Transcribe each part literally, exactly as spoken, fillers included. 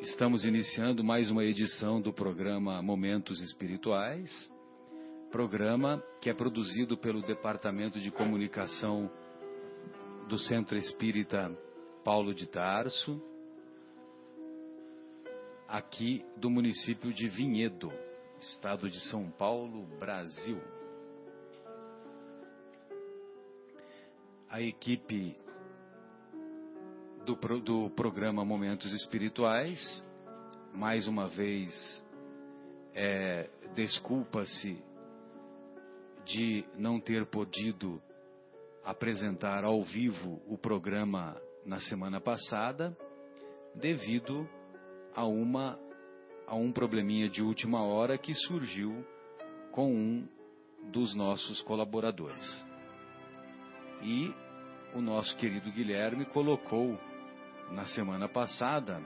Estamos iniciando mais uma edição do programa Momentos Espirituais, programa que é produzido pelo Departamento de Comunicação do Centro Espírita Paulo de Tarso, aqui do município de Vinhedo, estado de São Paulo, Brasil. A equipe do, do programa Momentos Espirituais, mais uma vez, é, desculpa-se de não ter podido apresentar ao vivo o programa na semana passada, devido a, uma, a um probleminha de última hora que surgiu com um dos nossos colaboradores. E o nosso querido Guilherme colocou na semana passada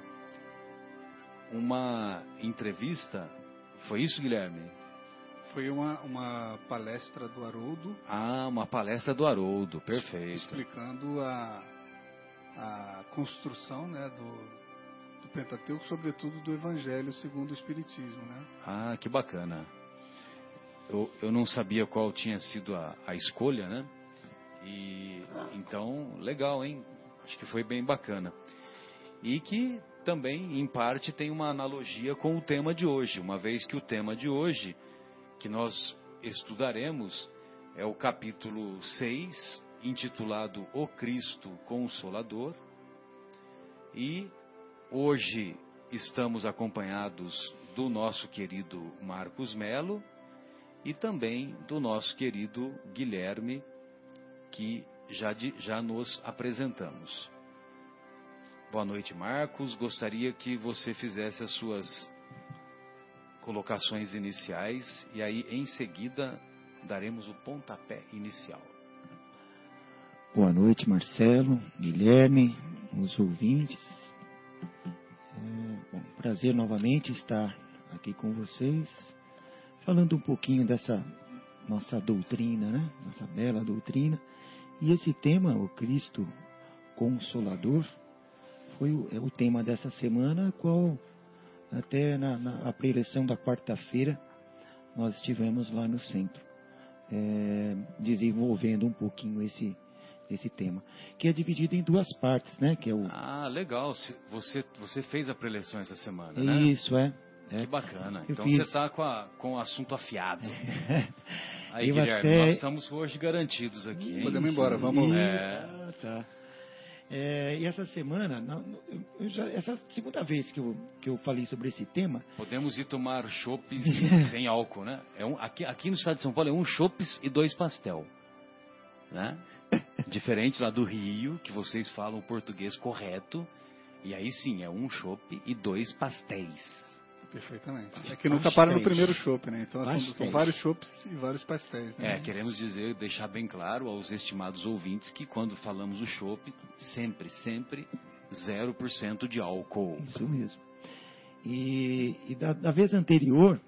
uma entrevista. Foi isso, Guilherme? Foi uma, uma palestra do Haroldo. Ah, uma palestra do Haroldo, perfeito. Explicando a, a construção, né, do, do Pentateuco, sobretudo do Evangelho segundo o Espiritismo, né? Ah, que bacana. Eu, eu não sabia qual tinha sido a, a escolha, né? E então, legal, hein? Acho que foi bem bacana. E que também, em parte, tem uma analogia com o tema de hoje, uma vez que o tema de hoje, que nós estudaremos, é o capítulo seis, intitulado O Cristo Consolador. E hoje estamos acompanhados do nosso querido Marcos Melo e também do nosso querido Guilherme, que já, de, já nos apresentamos. Boa noite, Marcos. Gostaria que você fizesse as suas colocações iniciais e aí, em seguida, daremos o pontapé inicial. Boa noite, Marcelo, Guilherme, os ouvintes. É, bom, prazer novamente estar aqui com vocês, falando um pouquinho dessa nossa doutrina, né? Nossa bela doutrina. E esse tema, o Cristo Consolador, foi o, é o tema dessa semana, qual até na, na preleção da quarta-feira nós estivemos lá no centro, é, desenvolvendo um pouquinho esse, esse tema, que é dividido em duas partes, né? Que é o... Ah, legal, você, você fez a preleção essa semana, né? Isso, é. é. Que bacana, Eu então fiz... você está com, com o assunto afiado. Aí, eu Guilherme, até... nós estamos hoje garantidos aqui, hein? Podemos ir embora, vamos. É... Ah, tá. É, e essa semana, não, eu já, essa segunda vez que eu, que eu falei sobre esse tema... Podemos ir tomar chopes sem álcool, né? É um, aqui, aqui no estado de São Paulo é um chopes e dois pastel, né? Diferente lá do Rio, que vocês falam o português correto, e aí sim, é um chopp e dois pastéis. Perfeitamente. É que nunca para no primeiro chopp, né? Então são, são vários chopps e vários pastéis, né? É, queremos dizer, deixar bem claro aos estimados ouvintes que quando falamos o chopp, sempre, sempre zero por cento de álcool. Isso mesmo. E, e da, da vez anterior,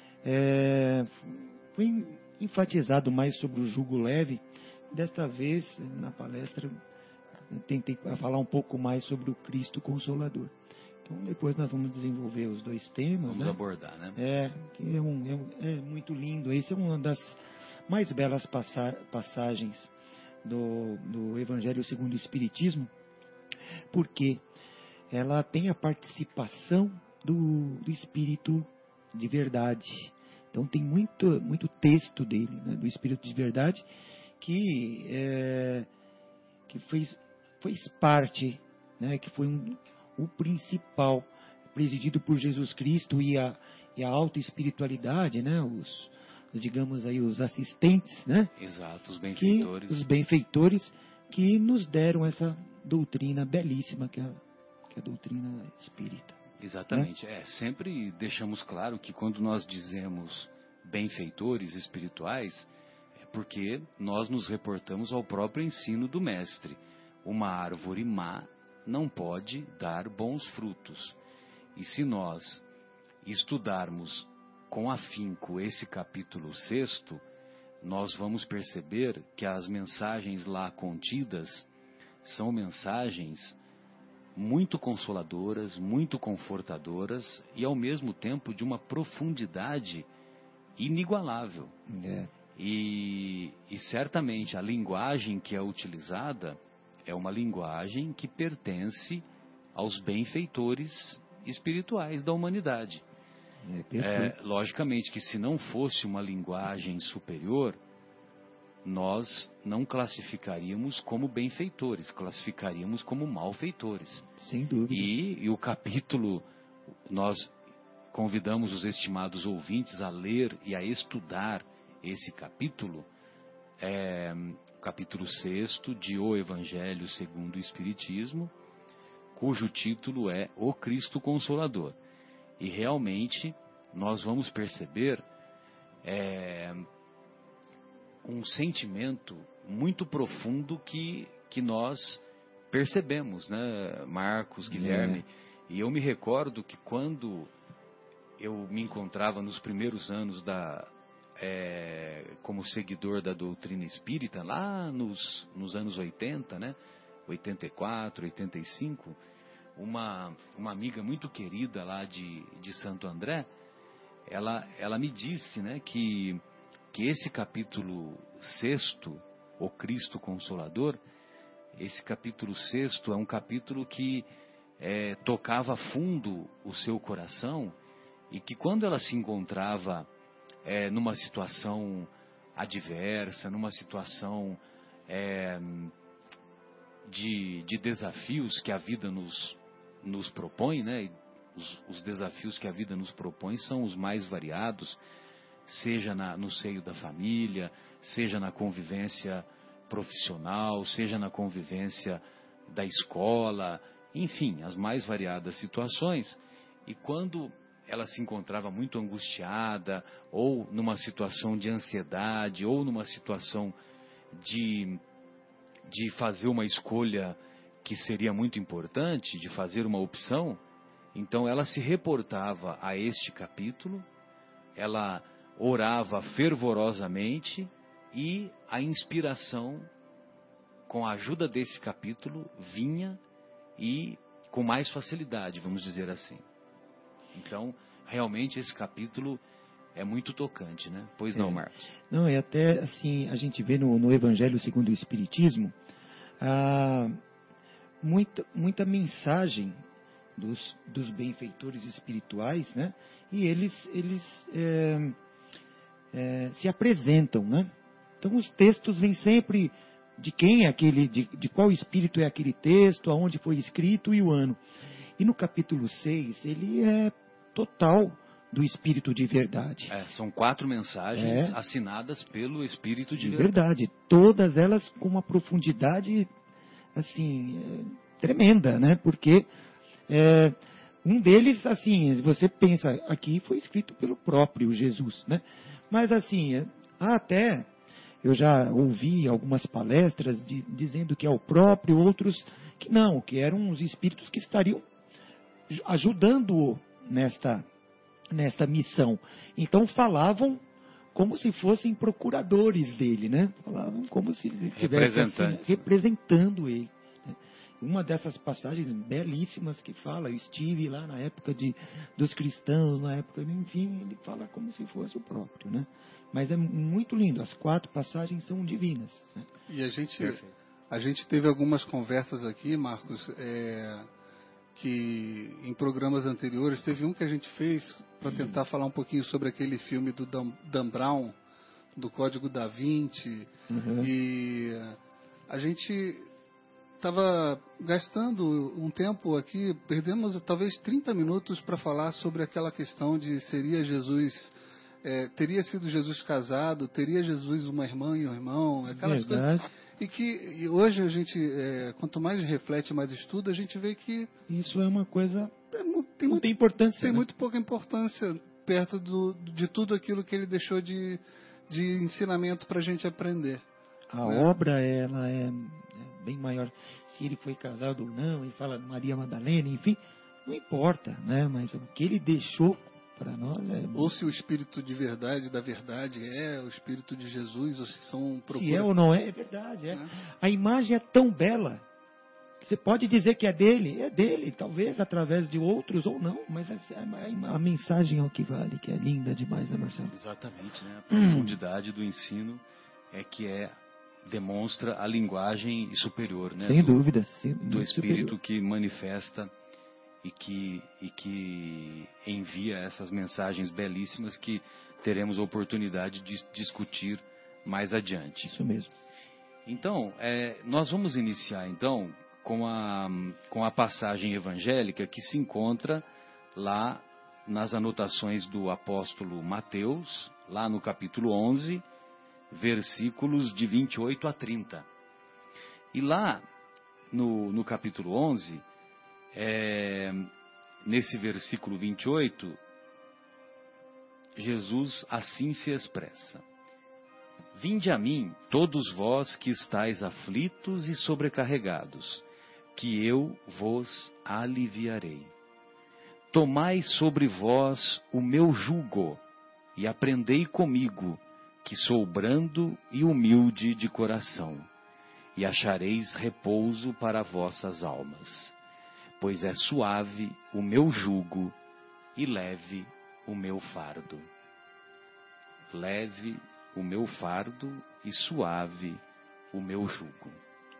é, foi enfatizado mais sobre o jugo leve. Desta vez, na palestra, eu tentei falar um pouco mais sobre o Cristo Consolador. Então, depois nós vamos desenvolver os dois temas. Vamos né? abordar, né? É, que é, um, é, um, é muito lindo. Essa é uma das mais belas passa, passagens do, do Evangelho segundo o Espiritismo, porque ela tem a participação do, do Espírito de verdade. Então, tem muito, muito texto dele, né, do Espírito de verdade, que, é, que fez, fez parte, né, que foi um... o principal, presidido por Jesus Cristo e a, e a alta espiritualidade, né? Os, digamos aí, os assistentes, né? Exato, os benfeitores. Que, os benfeitores que nos deram essa doutrina belíssima que é a, que é a doutrina espírita. Exatamente, né? É, sempre deixamos claro que quando nós dizemos benfeitores espirituais, é porque nós nos reportamos ao próprio ensino do mestre. Uma árvore má não pode dar bons frutos. E se nós estudarmos com afinco esse capítulo sexto, nós vamos perceber que as mensagens lá contidas são mensagens muito consoladoras, muito confortadoras e ao mesmo tempo de uma profundidade inigualável. É. E, e certamente a linguagem que é utilizada é uma linguagem que pertence aos benfeitores espirituais da humanidade. É, É, logicamente que se não fosse uma linguagem superior, nós não classificaríamos como benfeitores, classificaríamos como malfeitores. Sem dúvida. E, e o capítulo, nós convidamos os estimados ouvintes a ler e a estudar esse capítulo, é, capítulo sexto de O Evangelho segundo o Espiritismo, cujo título é O Cristo Consolador. E realmente nós vamos perceber é, um sentimento muito profundo que, que nós percebemos, né, Marcos, Guilherme? É. E eu me recordo que quando eu me encontrava nos primeiros anos da, é, como seguidor da doutrina espírita, lá nos, nos anos oitenta, né, oitenta e quatro, oitenta e cinco, uma, uma amiga muito querida lá de, de Santo André, ela, ela me disse, né, que, que esse capítulo sexto, O Cristo Consolador, esse capítulo sexto é um capítulo que é, tocava fundo o seu coração e que quando ela se encontrava é, numa situação adversa, numa situação é, de, de desafios que a vida nos, nos propõe, né? Os, os desafios que a vida nos propõe são os mais variados, seja na, no seio da família, seja na convivência profissional, seja na convivência da escola, enfim, as mais variadas situações. E quando ela se encontrava muito angustiada, ou numa situação de ansiedade, ou numa situação de, de fazer uma escolha que seria muito importante, de fazer uma opção, então ela se reportava a este capítulo, ela orava fervorosamente e a inspiração, com a ajuda desse capítulo, vinha e com mais facilidade, vamos dizer assim. Então, realmente esse capítulo é muito tocante, né? Pois não, é. Marcos? Não, é até assim, a gente vê no, no Evangelho segundo o Espiritismo, ah, muita, muita mensagem dos, dos benfeitores espirituais, né? E eles, eles é, é, se apresentam, né? Então os textos vêm sempre de quem é aquele, de, de qual espírito é aquele texto, aonde foi escrito e o ano. E no capítulo seis, ele é total do Espírito de Verdade. É, são quatro mensagens é, assinadas pelo Espírito de, de verdade. verdade. Todas elas com uma profundidade, assim, é, tremenda, né? Porque é, um deles, assim, você pensa, aqui foi escrito pelo próprio Jesus, né? Mas, assim, é, até... Eu já ouvi algumas palestras de, dizendo que é o próprio, outros que não, que eram os espíritos que estariam ajudando-o nesta, nesta missão. Então falavam como se fossem procuradores dele, né? Falavam como se estivessem assim, representando ele. Uma dessas passagens belíssimas que fala, eu estive lá na época de, dos cristãos, na época, enfim, ele fala como se fosse o próprio, né? Mas é muito lindo, as quatro passagens são divinas. Né? E a gente, a gente teve algumas conversas aqui, Marcos, é, que em programas anteriores, teve um que a gente fez para tentar falar um pouquinho sobre aquele filme do Dan, Dan Brown, do Código da Vinci, uhum. E a gente estava gastando um tempo aqui, perdemos talvez trinta minutos para falar sobre aquela questão de seria Jesus... É, teria sido Jesus casado, teria Jesus uma irmã e um irmão, aquelas Verdade. coisas. E que e hoje a gente, é, quanto mais reflete, mais estuda, a gente vê que... Isso é uma coisa... É, tem não muito, tem importância. Tem né? muito pouca importância perto do, de tudo aquilo que ele deixou de, de ensinamento para a gente aprender. A né? obra, ela é, é bem maior. Se ele foi casado ou não, e fala Maria Madalena, enfim, não importa, né? Mas o que ele deixou... para nós é... Ou se o Espírito de verdade, da verdade, é o Espírito de Jesus, ou se são... Procura... Se é ou não é, é verdade. É. É. A imagem é tão bela, você pode dizer que é dele, é dele, talvez através de outros ou não, mas a, a, a mensagem é o que vale, que é linda demais, né, Marcelo? Exatamente, né? A profundidade hum. do ensino é que é demonstra a linguagem superior, né? Sem do, dúvida, sim, do Espírito superior. que manifesta e que, e que envia essas mensagens belíssimas que teremos a oportunidade de discutir mais adiante. Isso mesmo. Então, é, nós vamos iniciar então com a, com a passagem evangélica que se encontra lá nas anotações do apóstolo Mateus, lá no capítulo onze, versículos de vinte e oito a trinta. E lá no, no capítulo onze, é, nesse versículo vinte e oito, Jesus assim se expressa: Vinde a mim, todos vós que estáis aflitos e sobrecarregados, que eu vos aliviarei. Tomai sobre vós o meu jugo e aprendei comigo, que sou brando e humilde de coração, e achareis repouso para vossas almas. Pois é suave o meu jugo e leve o meu fardo. Leve o meu fardo e suave o meu jugo.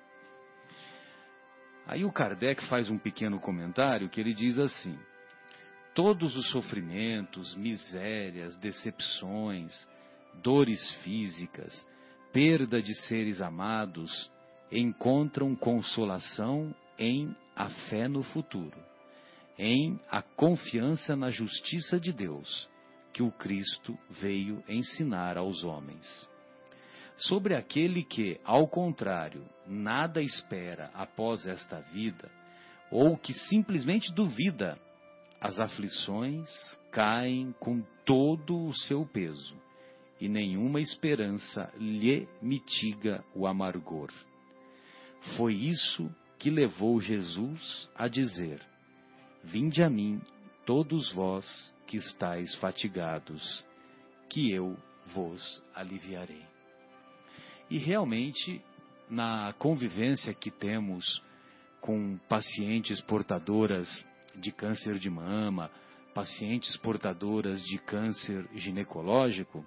Aí o Kardec faz um pequeno comentário que ele diz assim: todos os sofrimentos, misérias, decepções, dores físicas, perda de seres amados, encontram consolação em a fé no futuro, em a confiança na justiça de Deus, que o Cristo veio ensinar aos homens. Sobre aquele que, ao contrário, nada espera após esta vida, ou que simplesmente duvida, as aflições caem com todo o seu peso, e nenhuma esperança lhe mitiga o amargor. Foi isso que levou Jesus a dizer: Vinde a mim, todos vós que estáis fatigados, que eu vos aliviarei. E realmente, na convivência que temos com pacientes portadoras de câncer de mama, pacientes portadoras de câncer ginecológico,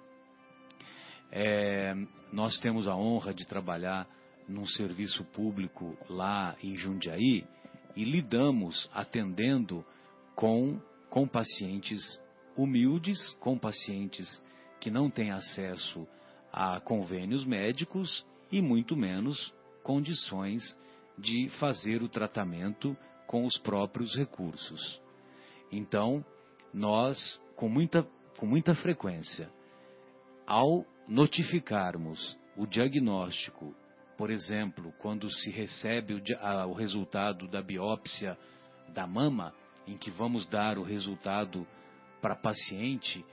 é, nós temos a honra de trabalhar num serviço público lá em Jundiaí e lidamos atendendo com, com pacientes humildes, com pacientes que não têm acesso a convênios médicos e muito menos condições de fazer o tratamento com os próprios recursos. Então, nós, com muita, com muita frequência, ao notificarmos o diagnóstico, por exemplo, quando se recebe o, a, o resultado da biópsia da mama, em que vamos dar o resultado para a paciente,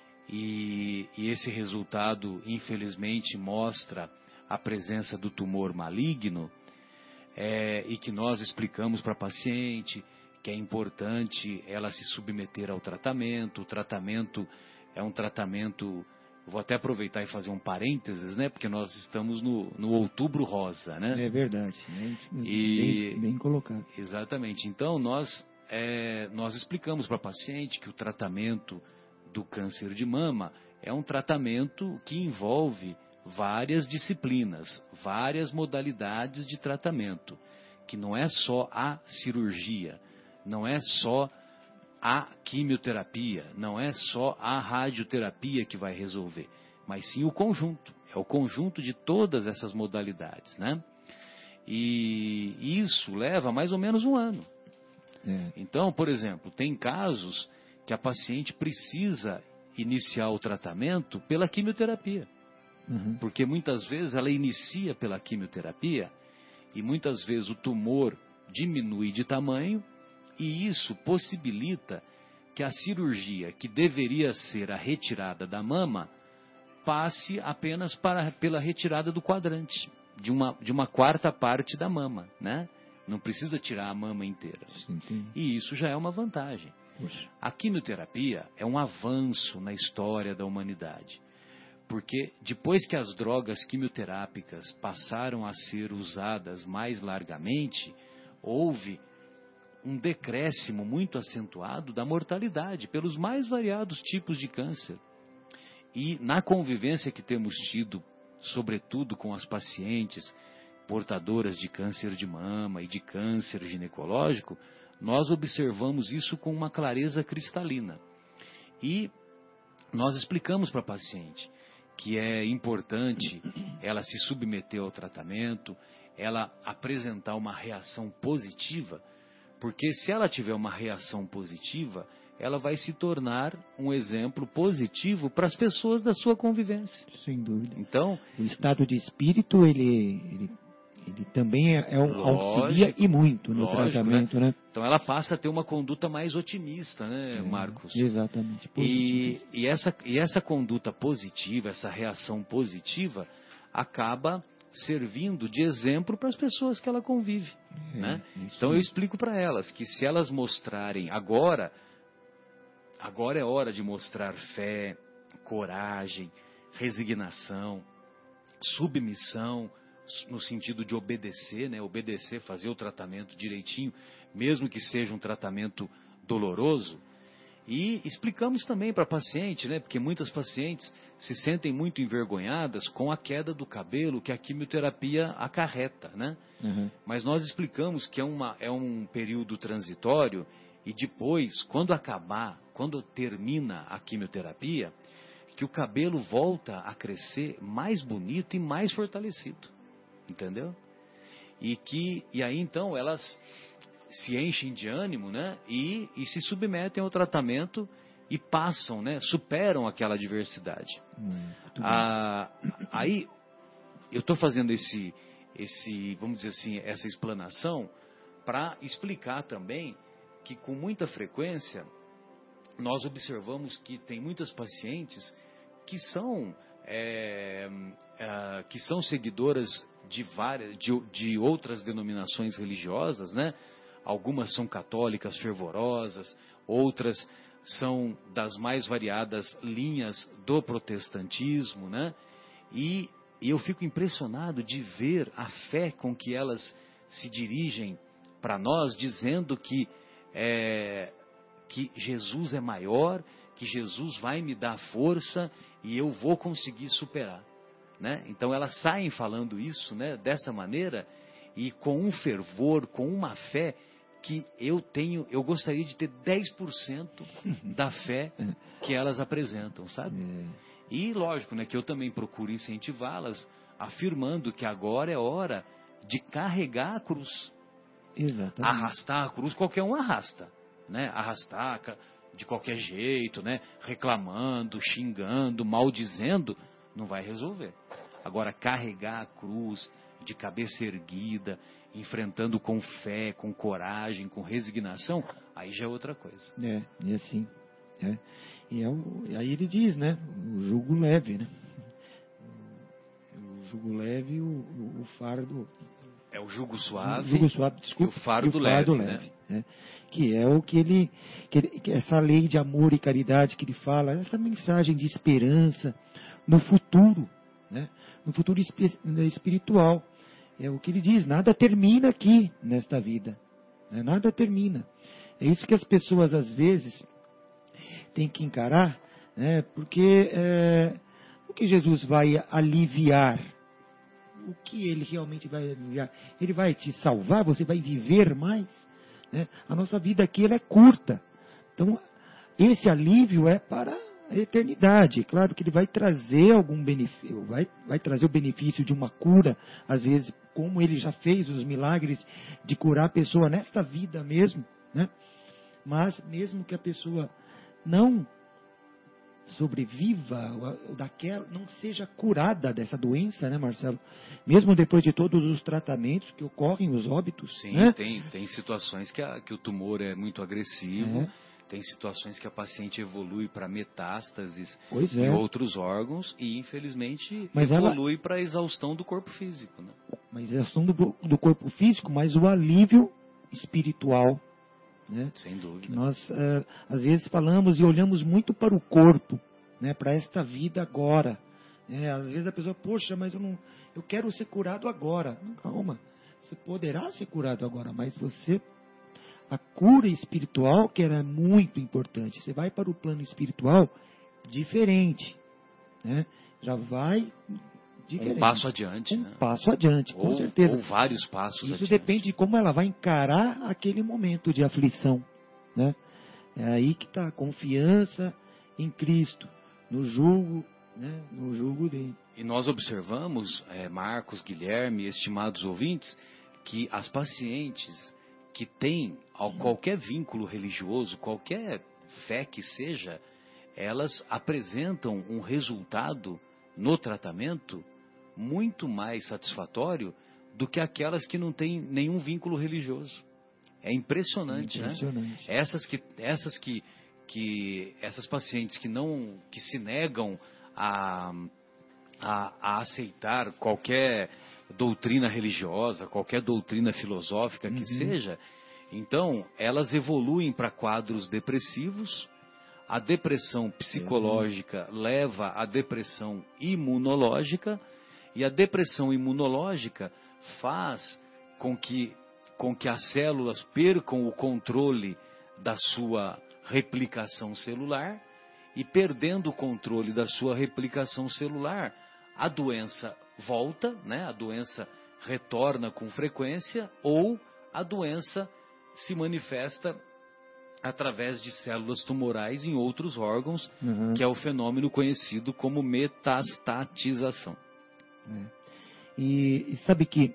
e, e esse resultado, infelizmente, mostra a presença do tumor maligno, é, e que nós explicamos para a paciente que é importante ela se submeter ao tratamento. O tratamento é um tratamento... Vou até aproveitar e fazer um parênteses, né? Porque nós estamos no, no Outubro Rosa, né? É verdade. É e, bem, bem colocado. Exatamente. Então, nós, é, nós explicamos para a paciente que o tratamento do câncer de mama é um tratamento que envolve várias disciplinas, várias modalidades de tratamento, que não é só a cirurgia, não é só a quimioterapia, não é só a radioterapia que vai resolver, mas sim o conjunto, é o conjunto de todas essas modalidades, né? E isso leva mais ou menos um ano. É. Então, por exemplo, tem casos que a paciente precisa iniciar o tratamento pela quimioterapia, uhum. porque muitas vezes ela inicia pela quimioterapia e muitas vezes o tumor diminui de tamanho, e isso possibilita que a cirurgia, que deveria ser a retirada da mama, passe apenas para, pela retirada do quadrante, de uma, de uma quarta parte da mama, né? Não precisa tirar a mama inteira. Sim, e isso já é uma vantagem. Poxa. A quimioterapia é um avanço na história da humanidade, porque depois que as drogas quimioterápicas passaram a ser usadas mais largamente, houve um decréscimo muito acentuado da mortalidade pelos mais variados tipos de câncer. E na convivência que temos tido, sobretudo com as pacientes portadoras de câncer de mama e de câncer ginecológico, nós observamos isso com uma clareza cristalina. E nós explicamos para a paciente que é importante ela se submeter ao tratamento, ela apresentar uma reação positiva, porque se ela tiver uma reação positiva, ela vai se tornar um exemplo positivo para as pessoas da sua convivência. Sem dúvida. Então, o estado de espírito, ele, ele, ele também é, é um lógico, auxilia e muito no lógico, tratamento, né? né? Então ela passa a ter uma conduta mais otimista, né, É, Marcos? Exatamente. E, e, essa, e essa conduta positiva, essa reação positiva, acaba servindo de exemplo para as pessoas que ela convive, é, né? Então eu explico para elas que se elas mostrarem agora, agora é hora de mostrar fé, coragem, resignação, submissão, no sentido de obedecer, né? Obedecer, fazer o tratamento direitinho, mesmo que seja um tratamento doloroso. E explicamos também para a paciente, né? Porque muitas pacientes se sentem muito envergonhadas com a queda do cabelo que a quimioterapia acarreta, né? Uhum. Mas nós explicamos que é, uma, é um período transitório e depois, quando acabar, quando termina a quimioterapia, que o cabelo volta a crescer mais bonito e mais fortalecido, entendeu? E, que, e aí então elas se enchem de ânimo, né? E, e se submetem ao tratamento e passam, né? Superam aquela adversidade. Hum, ah, aí eu estou fazendo esse, esse, vamos dizer assim, essa explanação para explicar também que com muita frequência nós observamos que tem muitas pacientes que são é, é, que são seguidoras de várias, de, de outras denominações religiosas, né? Algumas são católicas fervorosas, outras são das mais variadas linhas do protestantismo, né? E, e eu fico impressionado de ver a fé com que elas se dirigem para nós, dizendo que, é, que Jesus é maior, que Jesus vai me dar força e eu vou conseguir superar, né? Então elas saem falando isso, né, dessa maneira e com um fervor, com uma fé que eu tenho, eu gostaria de ter dez por cento da fé que elas apresentam, sabe? E lógico, né, que eu também procuro incentivá-las, afirmando que agora é hora de carregar a cruz. Exatamente. Arrastar a cruz, qualquer um arrasta, né? Arrastar de qualquer jeito, né? Reclamando, xingando, maldizendo, não vai resolver. Agora, carregar a cruz de cabeça erguida, enfrentando com fé, com coragem, com resignação, aí já é outra coisa. É, e assim, é. E é o, aí ele diz, né, o jugo leve, né, o jugo leve e o, o, o fardo... É o jugo suave, o jugo suave, desculpa, e o fardo, e o fardo leve, leve, né? né? Que é o que ele, que ele, que essa lei de amor e caridade que ele fala, essa mensagem de esperança no futuro, né, no futuro espiritual. É o que ele diz, nada termina aqui nesta vida, né? Nada termina. É isso que as pessoas às vezes têm que encarar, né? Porque é, o que Jesus vai aliviar, o que ele realmente vai aliviar? Ele vai te salvar, você vai viver mais, né? A nossa vida aqui ela é curta, então esse alívio é para a eternidade. Claro que ele vai trazer algum benefício, vai, vai trazer o benefício de uma cura, às vezes, como ele já fez os milagres de curar a pessoa nesta vida mesmo, né? Mas mesmo que a pessoa não sobreviva, daquela, não seja curada dessa doença, né, Marcelo? Mesmo depois de todos os tratamentos que ocorrem, os óbitos. Sim, né? tem, tem situações que, a, que o tumor é muito agressivo. É. Tem situações que a paciente evolui para metástases Pois em é. outros órgãos e, infelizmente, Mas evolui ela... para a exaustão do corpo físico, né? Mas a exaustão do, do corpo físico, mas o alívio espiritual, né? Sem dúvida. Que nós, é, às vezes, falamos e olhamos muito para o corpo, né? Para esta vida agora. É, às vezes a pessoa, poxa, mas eu, não, eu quero ser curado agora. Não, calma. você poderá ser curado agora, mas você, a cura espiritual, que era muito importante, você vai para o plano espiritual diferente, né? Já vai diferente. Um passo adiante. Um né? passo adiante, com ou, certeza. Ou vários passos Isso adiante. depende de como ela vai encarar aquele momento de aflição, né? É aí que está a confiança em Cristo, no jugo, né? No jugo dele. E nós observamos, é, Marcos, Guilherme, estimados ouvintes, que as pacientes que têm qualquer vínculo religioso, qualquer fé que seja, elas apresentam um resultado no tratamento muito mais satisfatório do que aquelas que não têm nenhum vínculo religioso. É impressionante, impressionante. né? Essas que, essas que, que, essas pacientes que não, que se negam a, a, a aceitar qualquer doutrina religiosa, qualquer doutrina filosófica que uhum. seja, então elas evoluem para quadros depressivos. A depressão psicológica uhum. leva à depressão imunológica, e a depressão imunológica faz com que, com que as células percam o controle da sua replicação celular, e perdendo o controle da sua replicação celular, a doença volta, né? A doença retorna com frequência, ou a doença se manifesta através de células tumorais em outros órgãos, uhum. que é o fenômeno conhecido como metastatização. É. E, e sabe que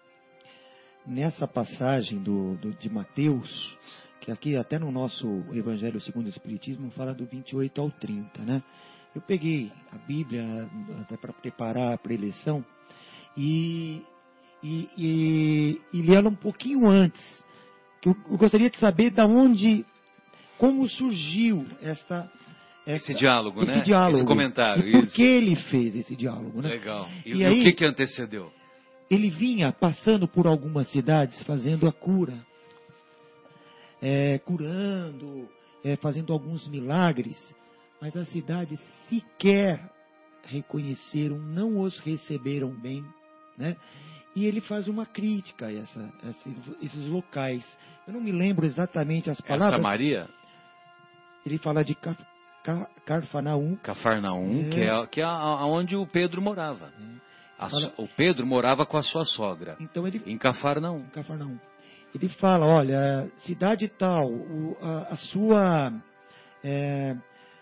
nessa passagem do, do, de Mateus, que aqui até no nosso Evangelho segundo o Espiritismo fala do vinte e oito ao trinta, né? Eu peguei a Bíblia até para preparar a preleção e, e, e, e li ela um pouquinho antes. Que eu, eu gostaria de saber da onde, como surgiu esta, essa, esse diálogo, esse né? diálogo, esse comentário. E por isso. que ele fez esse diálogo, né? Legal. E, e, e aí, o que, que antecedeu? Ele vinha passando por algumas cidades fazendo a cura, é, curando, é, fazendo alguns milagres, mas as cidades sequer reconheceram, não os receberam bem, né? E ele faz uma crítica a, essa, a esses, esses locais. Eu não me lembro exatamente as palavras. É Samaria? Ele fala de Car, Car, Carfanaum. Cafarnaum, é. que é, que é onde o Pedro morava. É. A, fala, o Pedro morava com a sua sogra. Então ele, em Cafarnaum. Em Cafarnaum. Ele fala, olha, cidade tal, o, a, a sua... É,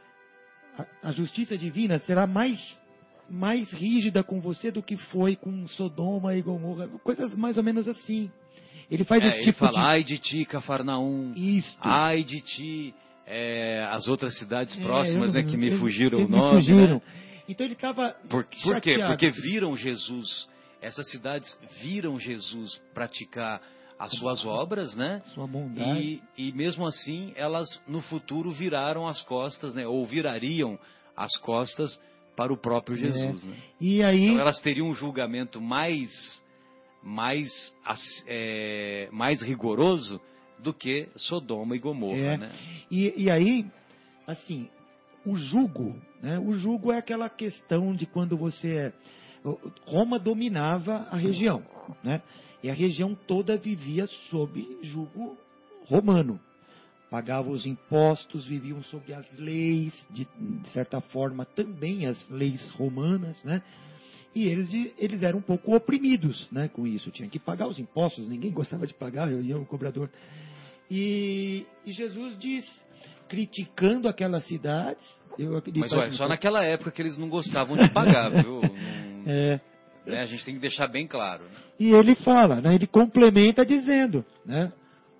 a, a justiça divina será mais... mais rígida com você do que foi com Sodoma e Gomorra, coisas mais ou menos assim. Ele faz é, esse ele tipo fala, de... ai de ti, Cafarnaum, Isto. ai de ti, é, as outras cidades é, próximas, não, né, que me eu, fugiram eu, o nome, me fugiram. Né? Então ele estava Por, por quê? Porque viram Jesus, essas cidades viram Jesus praticar as suas obras, né? Sua bondade. E, e mesmo assim, elas no futuro viraram as costas, né? Ou virariam as costas para o próprio Jesus, é. né? E aí... Então elas teriam um julgamento mais, mais, é, mais rigoroso do que Sodoma e Gomorra, é. né? E, e aí, assim, o jugo, né? O jugo é aquela questão de quando você é... Roma dominava a região, né? E a região toda vivia sob jugo romano. Pagavam os impostos, viviam sob as leis, de, de certa forma também as leis romanas, né? E eles, eles eram um pouco oprimidos, né, com isso. Tinham que pagar os impostos, ninguém gostava de pagar, eu ia o cobrador. E, e Jesus diz, criticando aquelas cidades... Eu acredito, Mas olha, só naquela época que eles não gostavam de pagar, viu? Não, é, né, a gente tem que deixar bem claro. Né? E ele fala, né, ele complementa dizendo, né?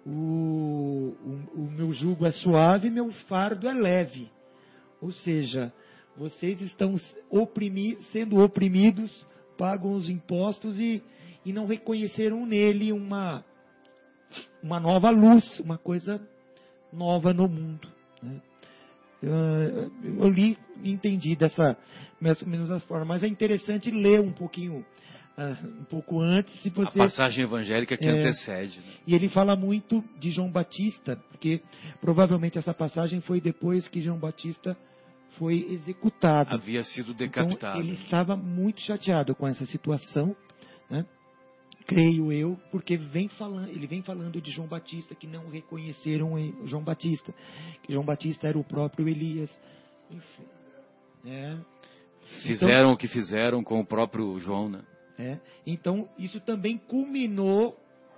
O, o, o meu jugo é suave, meu fardo é leve. Ou seja, vocês estão oprimi, sendo oprimidos, pagam os impostos e, e não reconheceram nele uma, uma nova luz, uma coisa nova no mundo. Né? Eu, eu li e entendi dessa mais ou menos da forma, mas é interessante ler um pouquinho Uh, um pouco antes, se você... A passagem evangélica que é, antecede. Né? E ele fala muito de João Batista, porque provavelmente essa passagem foi depois que João Batista foi executado. Havia sido decapitado. Então, ele estava muito chateado com essa situação, né? creio eu, porque vem falando, ele vem falando de João Batista, que não reconheceram João Batista, que João Batista era o próprio Elias. Enfim, é. Fizeram então, o que fizeram com o próprio João, né? É, então, isso também culminou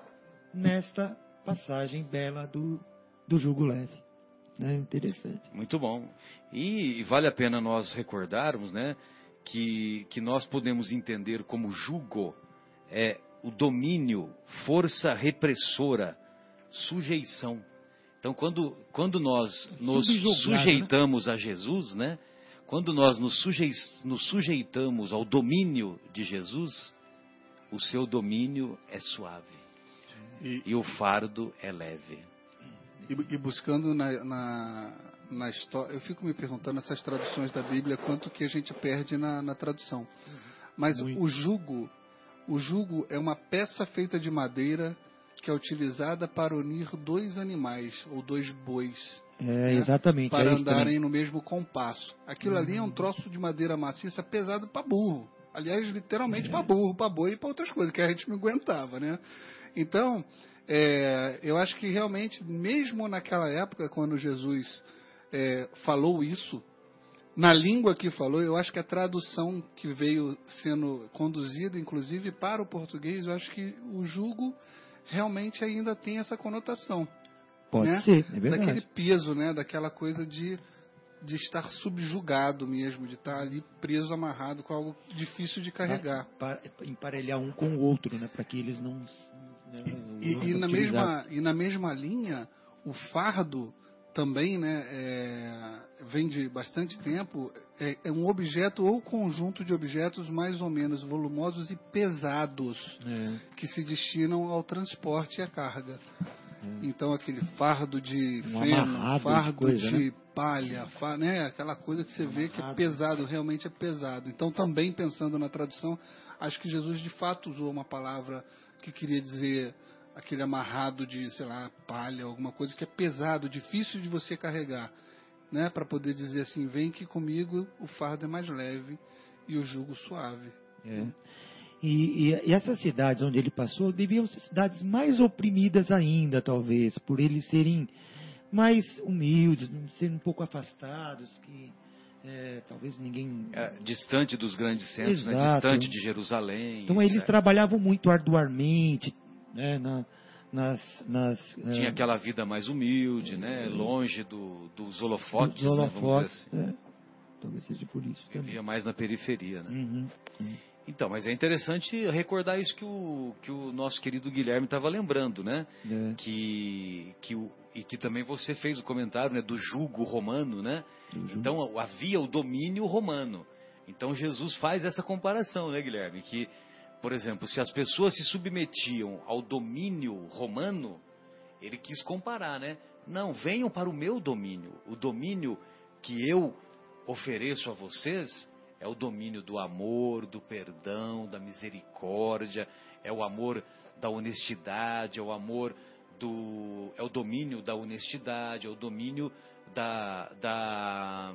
nesta passagem bela do, do jugo leve. Né? Interessante. Muito bom. E, e vale a pena nós recordarmos, né, que, que nós podemos entender como jugo é o domínio, força repressora, sujeição. Então, quando, quando nós nos sujeitamos, né, a Jesus, né? Quando nós nos, sujei, nos sujeitamos ao domínio de Jesus, o seu domínio é suave e, e o fardo é leve. E, e buscando na, na, na história, eu fico me perguntando essas traduções da Bíblia, quanto que a gente perde na, na tradução. Mas Muito. o jugo, o jugo é uma peça feita de madeira que é utilizada para unir dois animais ou dois bois. É, né, exatamente. Para é andarem no mesmo compasso. Aquilo hum. ali é um troço de madeira maciça pesado para burro. Aliás, literalmente é. para burro, para boi e para outras coisas, que a gente não aguentava, né? Então, é, eu acho que realmente, mesmo naquela época, quando Jesus é, falou isso, na língua que falou, eu acho que a tradução que veio sendo conduzida, inclusive, para o português, eu acho que o jugo realmente ainda tem essa conotação. Pode né? ser, é verdade. Daquele peso, né? Daquela coisa de, de estar subjugado mesmo, de estar ali preso, amarrado com algo difícil de carregar. Para emparelhar um com o outro, né? Para que eles não... não e, não e, na mesma, e na mesma linha, o fardo também, né? É, vem de bastante tempo, é, é um objeto ou conjunto de objetos mais ou menos volumosos e pesados, é. que se destinam ao transporte e à carga. Então, aquele fardo de um feno, fardo de, coisa, de né? palha, fa, né? Aquela coisa que você vê que é pesado, realmente é pesado. Então, também pensando na tradução, acho que Jesus de fato usou uma palavra que queria dizer aquele amarrado de, sei lá, palha, alguma coisa que é pesado, difícil de você carregar, né? Para poder dizer assim, vem que comigo o fardo é mais leve e o jugo suave. É. E, e, e essas cidades onde ele passou deviam ser cidades mais oprimidas ainda, talvez, por eles serem mais humildes, serem um pouco afastados, que é, talvez ninguém... É, distante dos grandes centros, né? Distante de Jerusalém. Então eles trabalhavam muito arduamente, né? Na, nas, nas, Tinha é, aquela vida mais humilde, né? Longe do, dos holofotes, dos holofotes, né? Vamos dizer assim. É, talvez seja por isso. Vivia também mais na periferia, né? Uhum, uhum. Então, mas é interessante recordar isso que o, que o nosso querido Guilherme estava lembrando, né? É. Que, que o, e que também você fez o comentário, né, do jugo romano, né? Uhum. Então, havia o domínio romano. Então, Jesus faz essa comparação, né, Guilherme? Que, por exemplo, se as pessoas se submetiam ao domínio romano, ele quis comparar, né? Não, venham para o meu domínio. O domínio que eu ofereço a vocês é o domínio do amor, do perdão, da misericórdia, é o amor da honestidade, é o amor do... é o domínio da honestidade, é o domínio da, da,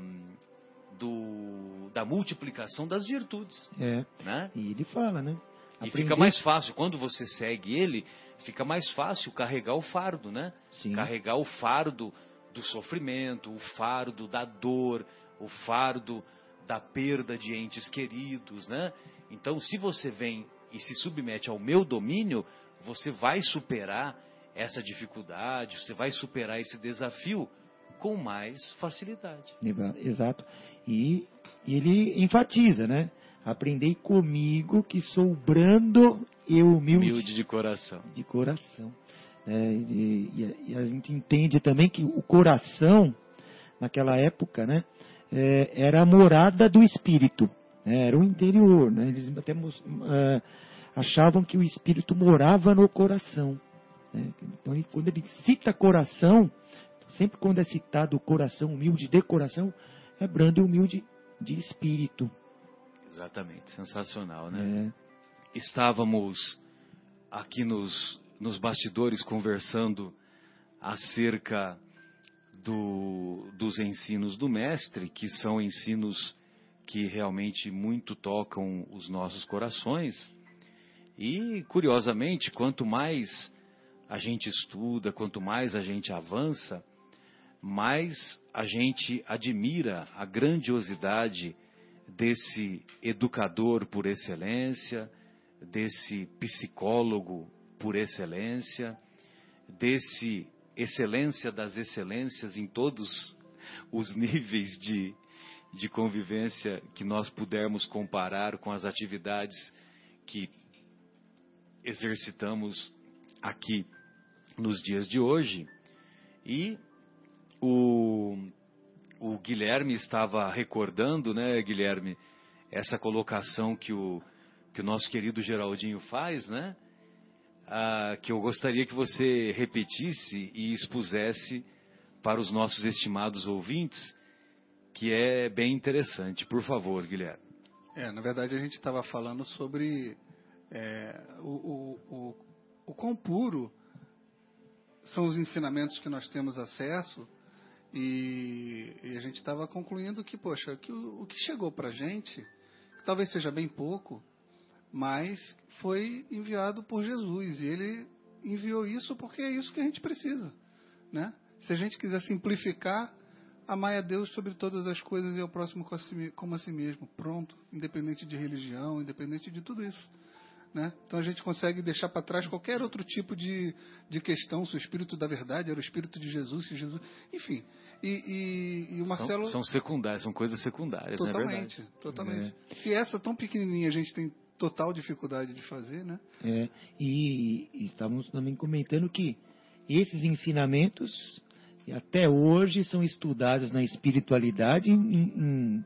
do, da multiplicação das virtudes. É, né? E ele fala, né? Aprender... E fica mais fácil, quando você segue ele, fica mais fácil carregar o fardo, né? Sim. Carregar o fardo do sofrimento, o fardo da dor, o fardo da perda de entes queridos, né? Então, se você vem e se submete ao meu domínio, você vai superar essa dificuldade, você vai superar esse desafio com mais facilidade. Exato. E, e ele enfatiza, né? Aprendei comigo que sou brando e humilde, humilde de coração. De coração. É, e, e, e a gente entende também que o coração, naquela época, né? É, era a morada do espírito, né? Era o interior, né? Eles até uh, achavam que o espírito morava no coração, né? Então, ele, quando ele cita coração, sempre quando é citado o coração humilde de coração, é brando e humilde de espírito. Exatamente, sensacional, né? É. Estávamos aqui nos, nos bastidores conversando acerca Do, dos ensinos do mestre, que são ensinos que realmente muito tocam os nossos corações. E, curiosamente, quanto mais a gente estuda, quanto mais a gente avança, mais a gente admira a grandiosidade desse educador por excelência, desse psicólogo por excelência, desse excelência das excelências em todos os níveis de, de convivência que nós pudermos comparar com as atividades que exercitamos aqui nos dias de hoje. E o, o Guilherme estava recordando, né, Guilherme, essa colocação que o, que o nosso querido Geraldinho faz, né, ah, que eu gostaria que você repetisse e expusesse para os nossos estimados ouvintes, que é bem interessante. Por favor, Guilherme. É, na verdade, a gente estava falando sobre é, o, o, o, o quão puro são os ensinamentos que nós temos acesso, e, e a gente estava concluindo que, poxa, que o, o que chegou para a gente, que talvez seja bem pouco, mas foi enviado por Jesus, e Ele enviou isso porque é isso que a gente precisa, né? Se a gente quiser simplificar, amai a Deus sobre todas as coisas e ao próximo como a si mesmo, pronto, independente de religião, independente de tudo isso, né? Então a gente consegue deixar para trás qualquer outro tipo de, de questão, se o Espírito da Verdade era o Espírito de Jesus, se Jesus, enfim. E, e, e o Marcelo... São, são secundárias, são coisas secundárias, não é verdade? Totalmente, totalmente. É. Se essa tão pequenininha a gente tem total dificuldade de fazer, né? É, e, e estávamos também comentando que esses ensinamentos até hoje são estudados na espiritualidade em, em,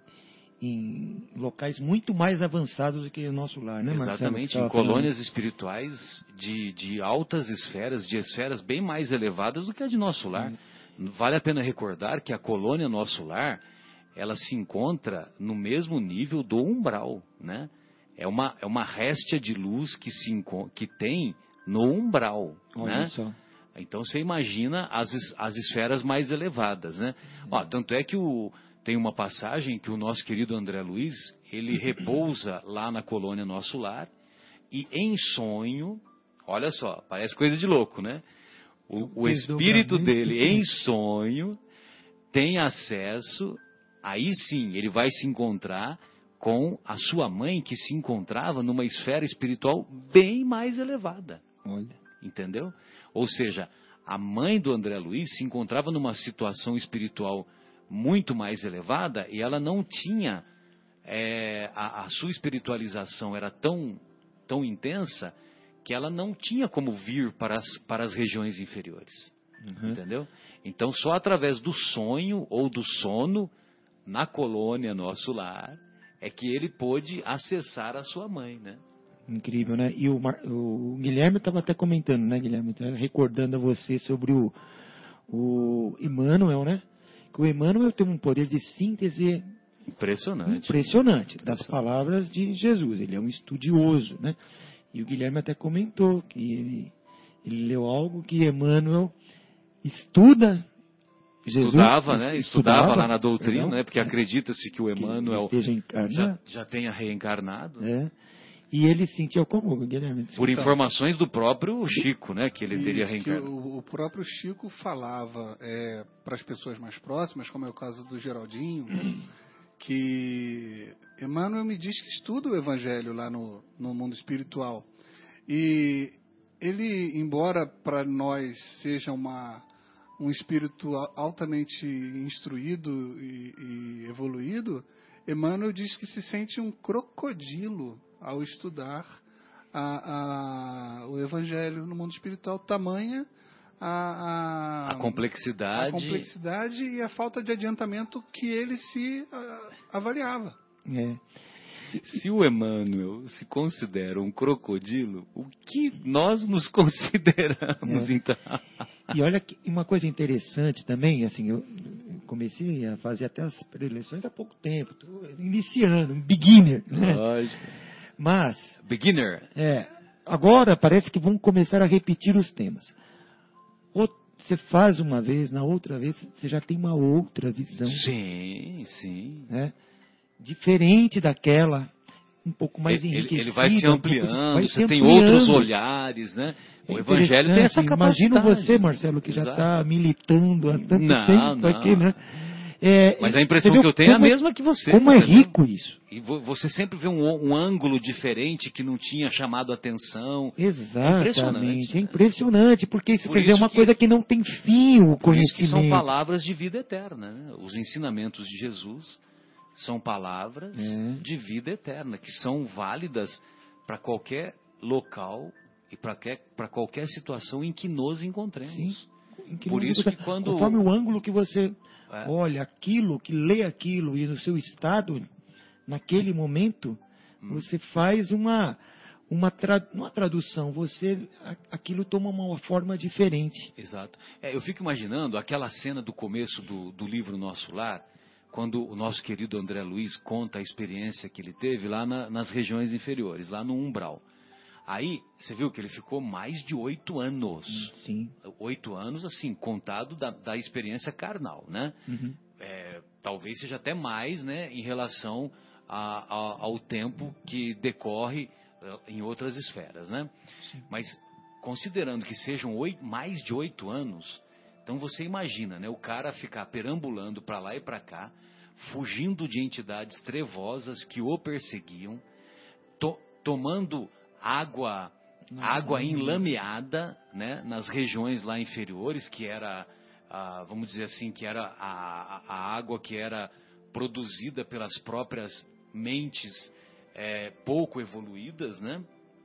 em locais muito mais avançados do que o nosso lar, né, Marcelo? Exatamente, em colônias espirituais de, de altas esferas, de esferas bem mais elevadas do que a de nosso lar. Hum. Vale a pena recordar que a colônia Nosso Lar, ela se encontra no mesmo nível do umbral, né? É uma, é uma réstia de luz que, se, que tem no umbral, olha né? Só. Então você imagina as, as esferas mais elevadas, né? Ó, tanto é que o, tem uma passagem que o nosso querido André Luiz, ele repousa lá na colônia Nosso Lar, e em sonho, olha só, parece coisa de louco, né? O, o espírito dele, em sonho, tem acesso, aí sim, ele vai se encontrar com a sua mãe, que se encontrava numa esfera espiritual bem mais elevada. Olha. Entendeu? Ou seja, a mãe do André Luiz se encontrava numa situação espiritual muito mais elevada, e ela não tinha, é, a, a sua espiritualização era tão, tão intensa, que ela não tinha como vir para as, para as regiões inferiores. Uhum. Entendeu? Então, só através do sonho ou do sono, na colônia Nosso Lar, é que ele pôde acessar a sua mãe, né? Incrível, né? E o, Mar... o Guilherme estava até comentando, né, Guilherme? Tá recordando a você sobre o, o Emmanuel, né? Que o Emmanuel tem um poder de síntese impressionante, impressionante das impressionante. palavras de Jesus. Ele é um estudioso, né? E o Guilherme até comentou que ele, ele leu algo que Emmanuel estuda... Jesus, estudava, né? Estudava, estudava lá na doutrina, perdão, né? Porque é, acredita-se que o Emmanuel já, já tenha reencarnado. É. E ele sentiu como, Guilherme? Por informações do próprio Chico, né? Que ele Isso, teria reencarnado. O, o próprio Chico falava é, para as pessoas mais próximas, como é o caso do Geraldinho, que Emmanuel me diz que estuda o Evangelho lá no, no mundo espiritual. E ele, embora para nós seja uma, um espírito altamente instruído e, e evoluído, Emmanuel diz que se sente um crocodilo ao estudar a, a, o Evangelho no mundo espiritual, tamanha a, a, a, complexidade. a complexidade e a falta de adiantamento que ele se a, avaliava. É. Se o Emmanuel se considera um crocodilo, o que nós nos consideramos, é. então? E olha que uma coisa interessante também, assim, eu comecei a fazer até as preleções há pouco tempo, estou iniciando, um beginner, né? Lógico. Mas... Beginner. É, agora parece que vão começar a repetir os temas. Ou você faz uma vez, na outra vez você já tem uma outra visão. Sim, sim. Né? Diferente daquela. um pouco mais ele, enriquecida. Ele vai se ampliando, um vai você se tem ampliando. outros olhares, né? O é Evangelho tem essa capacidade. Imagina você, Marcelo, que Exato. já está militando há tanto não, tempo não. aqui, né? É, Mas a impressão que eu tenho como, é a mesma que você. Como entendeu? é rico isso. E você sempre vê um, um ângulo diferente que não tinha chamado a atenção. Exatamente. É impressionante, é impressionante porque isso Por quer dizer isso uma que, coisa que não tem fim, o por conhecimento. isso que são palavras de vida eterna. Né? Os ensinamentos de Jesus são palavras é. de vida eterna, que são válidas para qualquer local e para qualquer, para qualquer situação em que nos encontremos. Sim, que por isso que quando... Conforme o ângulo que você é. olha aquilo, que lê aquilo e no seu estado, naquele momento, hum. você faz uma, uma, tra, uma tradução, você, aquilo toma uma forma diferente. Exato. É, eu fico imaginando aquela cena do começo do, do livro Nosso Lar, quando o nosso querido André Luiz conta a experiência que ele teve lá na, nas regiões inferiores, lá no umbral. Aí, você viu que ele ficou mais de oito anos. Sim. Oito anos, assim, contado da, da experiência carnal, né? Uhum. É, talvez seja até mais, né, em relação a, a, ao tempo que decorre em outras esferas, né? Sim. Mas, considerando que sejam oito, mais de oito anos, então você imagina, né, o cara ficar perambulando para lá e para cá, fugindo de entidades trevosas que o perseguiam, to, tomando água, água enlameada, né, nas regiões lá inferiores, que era, ah, vamos dizer assim, que era a, a água que era produzida pelas próprias mentes é, pouco evoluídas, né,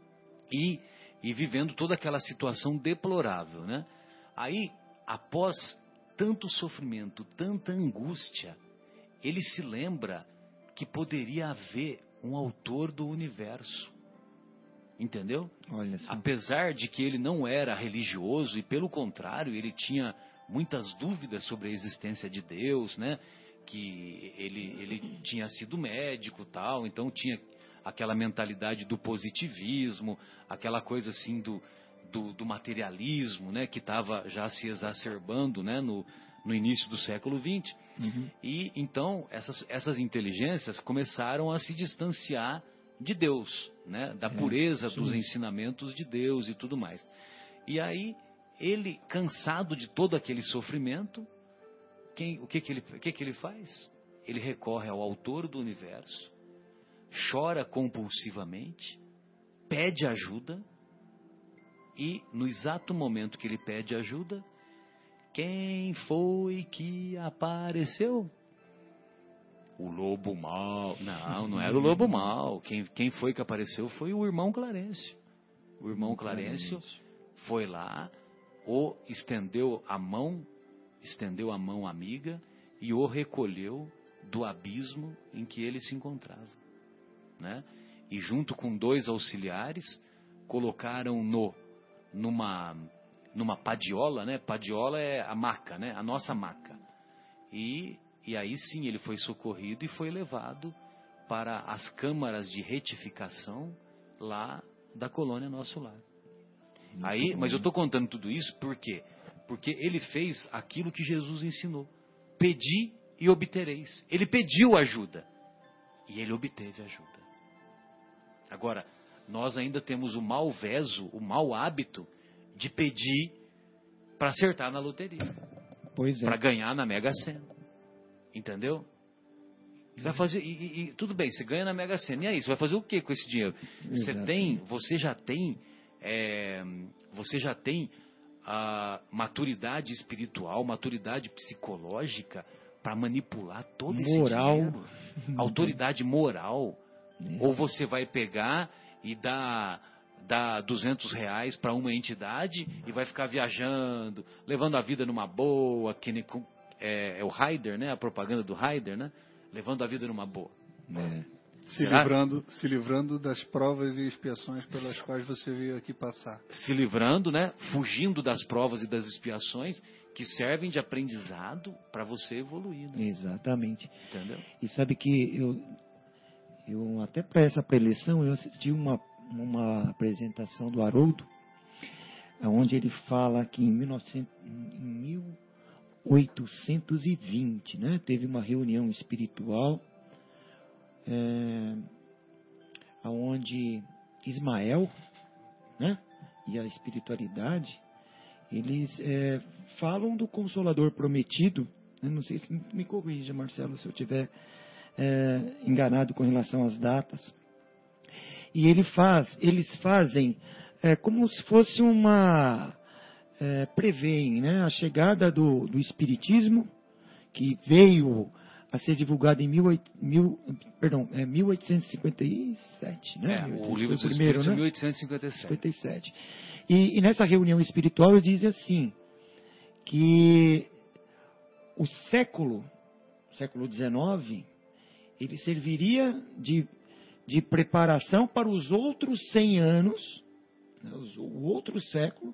e, e vivendo toda aquela situação deplorável, né. Aí, após tanto sofrimento, tanta angústia, ele se lembra que poderia haver um autor do universo. Entendeu? Olha só. Apesar de que ele não era religioso e, pelo contrário, ele tinha muitas dúvidas sobre a existência de Deus, né? Que ele, ele tinha sido médico, tal, então tinha aquela mentalidade do positivismo, aquela coisa assim do, do, do materialismo, né? Que estava já se exacerbando, né? No, no início do século vinte. Uhum. E então essas, essas inteligências começaram a se distanciar de Deus, né? Da pureza é, dos ensinamentos de Deus e tudo mais. E aí, ele, cansado de todo aquele sofrimento, quem, o que que ele, o que que ele faz? Ele recorre ao autor do universo, chora compulsivamente, pede ajuda, e no exato momento que ele pede ajuda, quem foi que apareceu? O lobo mau. Não, não era o lobo mau. Quem, quem foi que apareceu foi o irmão Clarencio. O irmão Clarencio foi lá, o estendeu a mão, estendeu a mão amiga e o recolheu do abismo em que ele se encontrava, né? E junto com dois auxiliares, colocaram-no numa, numa padiola, né? Padiola é a maca, né? A nossa maca. E... E aí sim ele foi socorrido e foi levado para as câmaras de retificação lá da colônia Nosso Lar. Aí, mas eu estou contando tudo isso por quê? Porque ele fez aquilo que Jesus ensinou. Pedi e obtereis. Ele pediu ajuda e ele obteve ajuda. Agora, nós ainda temos o mau veso, o mau hábito de pedir para acertar na loteria. Pois é. Para ganhar na Mega Sena. Entendeu? Você vai fazer, e, e, e tudo bem, você ganha na Mega Sena. E aí, você vai fazer o que com esse dinheiro? Você tem, você já tem, é, você já tem a maturidade espiritual, maturidade psicológica para manipular todo esse moral. dinheiro? Autoridade moral? É. Ou você vai pegar e dar, dar duzentos reais para uma entidade e vai ficar viajando, levando a vida numa boa, que nem... É, é o Raider, né? A propaganda do Raider, né? Levando a vida numa boa. É. Se livrando, se livrando das provas e expiações pelas quais você veio aqui passar. Se livrando, né? Fugindo das provas e das expiações que servem de aprendizado para você evoluir. Né? Exatamente. Entendeu? E sabe que eu, eu até para essa preleção eu assisti uma, uma apresentação do Haroldo, onde ele fala que em mil e novecentos, em mil oitocentos e vinte, né, teve uma reunião espiritual é, onde Ismael, né, e a espiritualidade, eles é, falam do Consolador prometido. Eu não sei se me corrija, Marcelo, se eu estiver é, enganado com relação às datas. E ele faz, eles fazem é, como se fosse uma... É, preveem, né, a chegada do, do Espiritismo, que veio a ser divulgado em mil, mil, perdão, é, mil oitocentos e cinquenta e sete. Né? É, o livro dos primeiro, Espíritos né? é mil oitocentos e cinquenta e sete. cinquenta e sete. E, e nessa reunião espiritual ele diz assim, que o século, século dezenove, ele serviria de, de preparação para os outros cem anos, né, o outro século,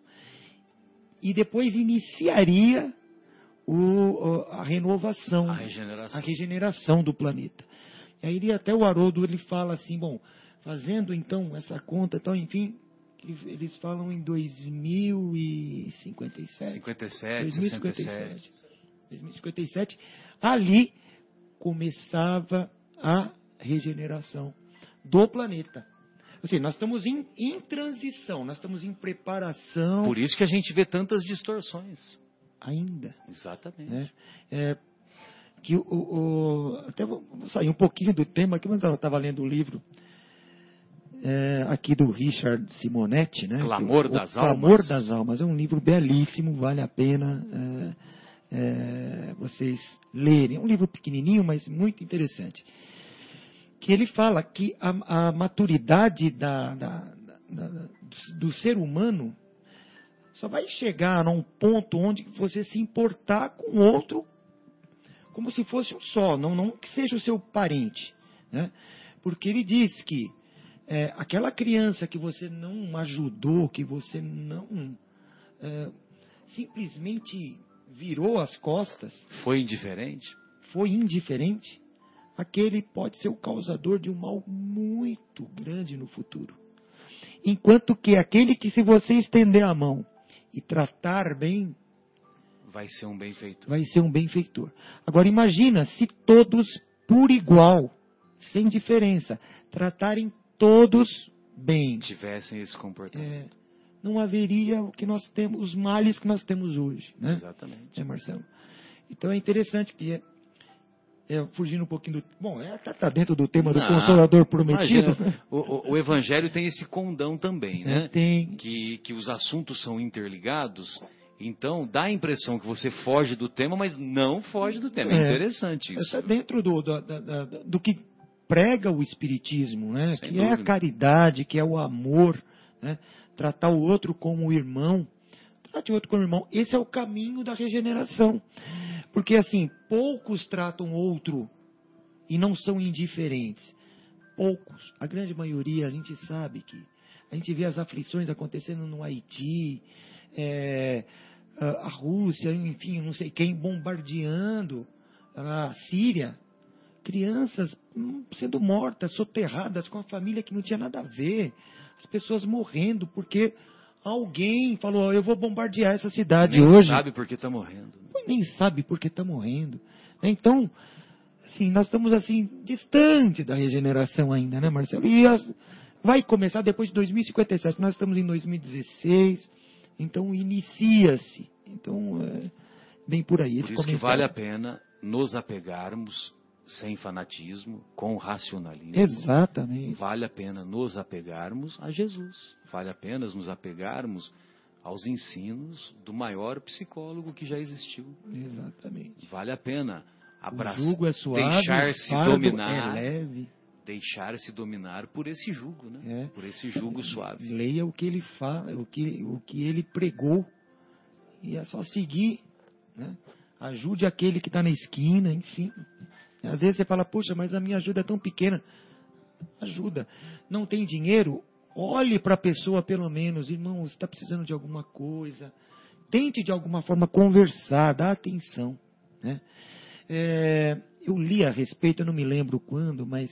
e depois iniciaria o, a renovação, a regeneração. a regeneração do planeta. E aí até o Haroldo ele fala assim, bom, fazendo então essa conta, então, enfim, eles falam em dois mil e cinquenta e sete. cinquenta e sete, dois mil e sessenta cinquenta e e sete. sete. dois mil e cinquenta e sete, ali começava a regeneração do planeta. Assim, nós estamos em, em transição, nós estamos em preparação. Por isso que a gente vê tantas distorções. Ainda. Exatamente. Né? É, que o, o, até vou, vou sair um pouquinho do tema aqui, mas eu estava lendo o livro é, aqui do Richard Simonetti, né? Clamor o, das o Almas. Clamor das Almas. É um livro belíssimo, vale a pena é, é, vocês lerem. É um livro pequenininho, mas muito interessante. Que ele fala que a, a maturidade da, da, da, da, do, do ser humano só vai chegar a um ponto onde você se importar com outro como se fosse um só, não, não que seja o seu parente. Né? Porque ele diz que é, aquela criança que você não ajudou, que você não é, simplesmente virou as costas, foi indiferente, foi indiferente, aquele pode ser o causador de um mal muito grande no futuro. Enquanto que aquele que, se você estender a mão e tratar bem, vai ser um benfeitor. Vai ser um benfeitor. Agora imagina se todos por igual, sem diferença, tratarem todos bem. Tivessem esse comportamento. É, não haveria o que nós temos, os males que nós temos hoje. Né? Exatamente. É, Marcelo? Então é interessante que é, é, fugindo um pouquinho do... Bom, é, tá, tá dentro do tema Não, do Consolador Prometido. Imagina, o, o, o Evangelho tem esse condão também, né? É, tem. Que, que os assuntos são interligados, então dá a impressão que você foge do tema, mas não foge do tema. É, é interessante isso. Está dentro do, do, do, do que prega o Espiritismo, né? Sem que dúvida. é a caridade, que é o amor, né? Tratar o outro como irmão. Trate o outro como irmão. Esse é o caminho da regeneração. Porque, assim, poucos tratam outro e não são indiferentes. Poucos. A grande maioria, a gente sabe que... A gente vê as aflições acontecendo no Haiti, é, a Rússia, enfim, não sei quem, bombardeando a Síria. Crianças sendo mortas, soterradas, com a família que não tinha nada a ver. As pessoas morrendo porque alguém falou, oh, eu vou bombardear essa cidade nem hoje. Nem sabe por que está morrendo. Nem sabe por que está morrendo. Então, assim, nós estamos assim, distante da regeneração ainda, né, Marcelo? E as, vai começar depois de dois mil e cinquenta e sete. Nós estamos em dois mil e dezesseis, então inicia-se. Então, é bem por aí. Por isso que vale a pena nos apegarmos sem fanatismo, com racionalismo. Exatamente. Vale a pena nos apegarmos a Jesus. Vale a pena nos apegarmos aos ensinos do maior psicólogo que já existiu. Exatamente. Vale a pena abraçar, o jugo é suave, deixar-se dominar, é leve. deixar-se dominar por esse jugo, né? É. Por esse jugo suave. Leia o que ele fala, o que, o que ele pregou, e é só seguir, né? Ajude aquele que está na esquina, enfim. Às vezes você fala, puxa, mas a minha ajuda é tão pequena. Ajuda. Não tem dinheiro? Olhe para a pessoa pelo menos. Irmão, você está precisando de alguma coisa. Tente de alguma forma conversar, dar atenção. Né? É, eu li a respeito, eu não me lembro quando, mas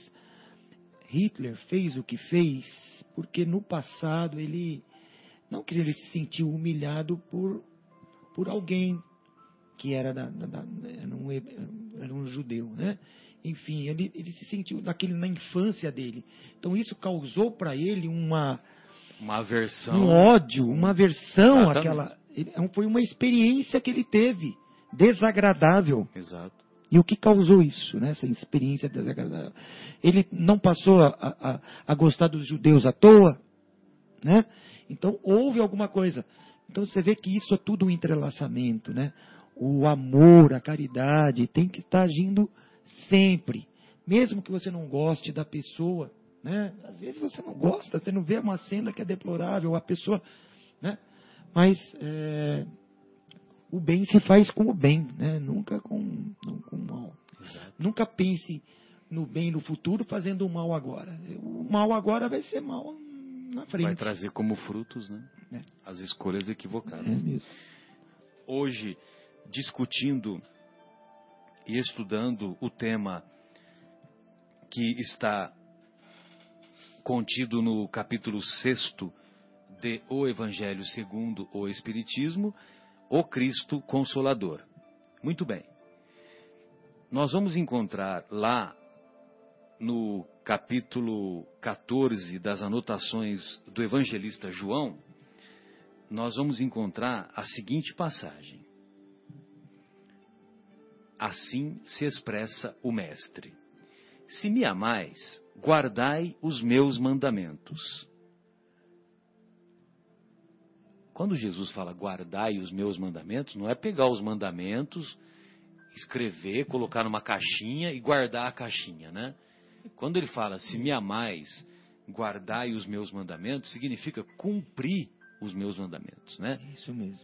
Hitler fez o que fez porque no passado ele, não que ele se sentiu humilhado por, por alguém que era, da, da, da, era, um, era um judeu, né? enfim, ele, ele se sentiu naquele, na infância dele. Então isso causou para ele uma, uma aversão, um ódio, uma aversão Exatamente. àquela. Ele, foi uma experiência que ele teve desagradável. Exato. E o que causou isso, né? Essa experiência desagradável? Ele não passou a, a, a gostar dos judeus à toa, né? Então houve alguma coisa. Então você vê que isso é tudo um entrelaçamento, né? O amor, a caridade tem que estar agindo sempre. Mesmo que você não goste da pessoa, né? Às vezes você não gosta, você não vê uma cena que é deplorável, a pessoa, né? Mas é, o bem se faz com o bem, né? Nunca com, não com o mal. Exato. Nunca pense no bem no futuro fazendo o mal agora. O mal agora vai ser mal na frente. Vai trazer como frutos, né? É. As escolhas equivocadas. É mesmo. Hoje, discutindo e estudando o tema que está contido no capítulo sexto de O Evangelho segundo o Espiritismo, o Cristo Consolador. Muito bem. Nós vamos encontrar lá no capítulo quatorze das anotações do evangelista João, nós vamos encontrar a seguinte passagem. Assim se expressa o Mestre: se me amais, guardai os meus mandamentos. Quando Jesus fala guardai os meus mandamentos, não é pegar os mandamentos, escrever, colocar numa caixinha e guardar a caixinha, né? Quando ele fala se me amais, guardai os meus mandamentos, significa cumprir os meus mandamentos, né? Isso mesmo.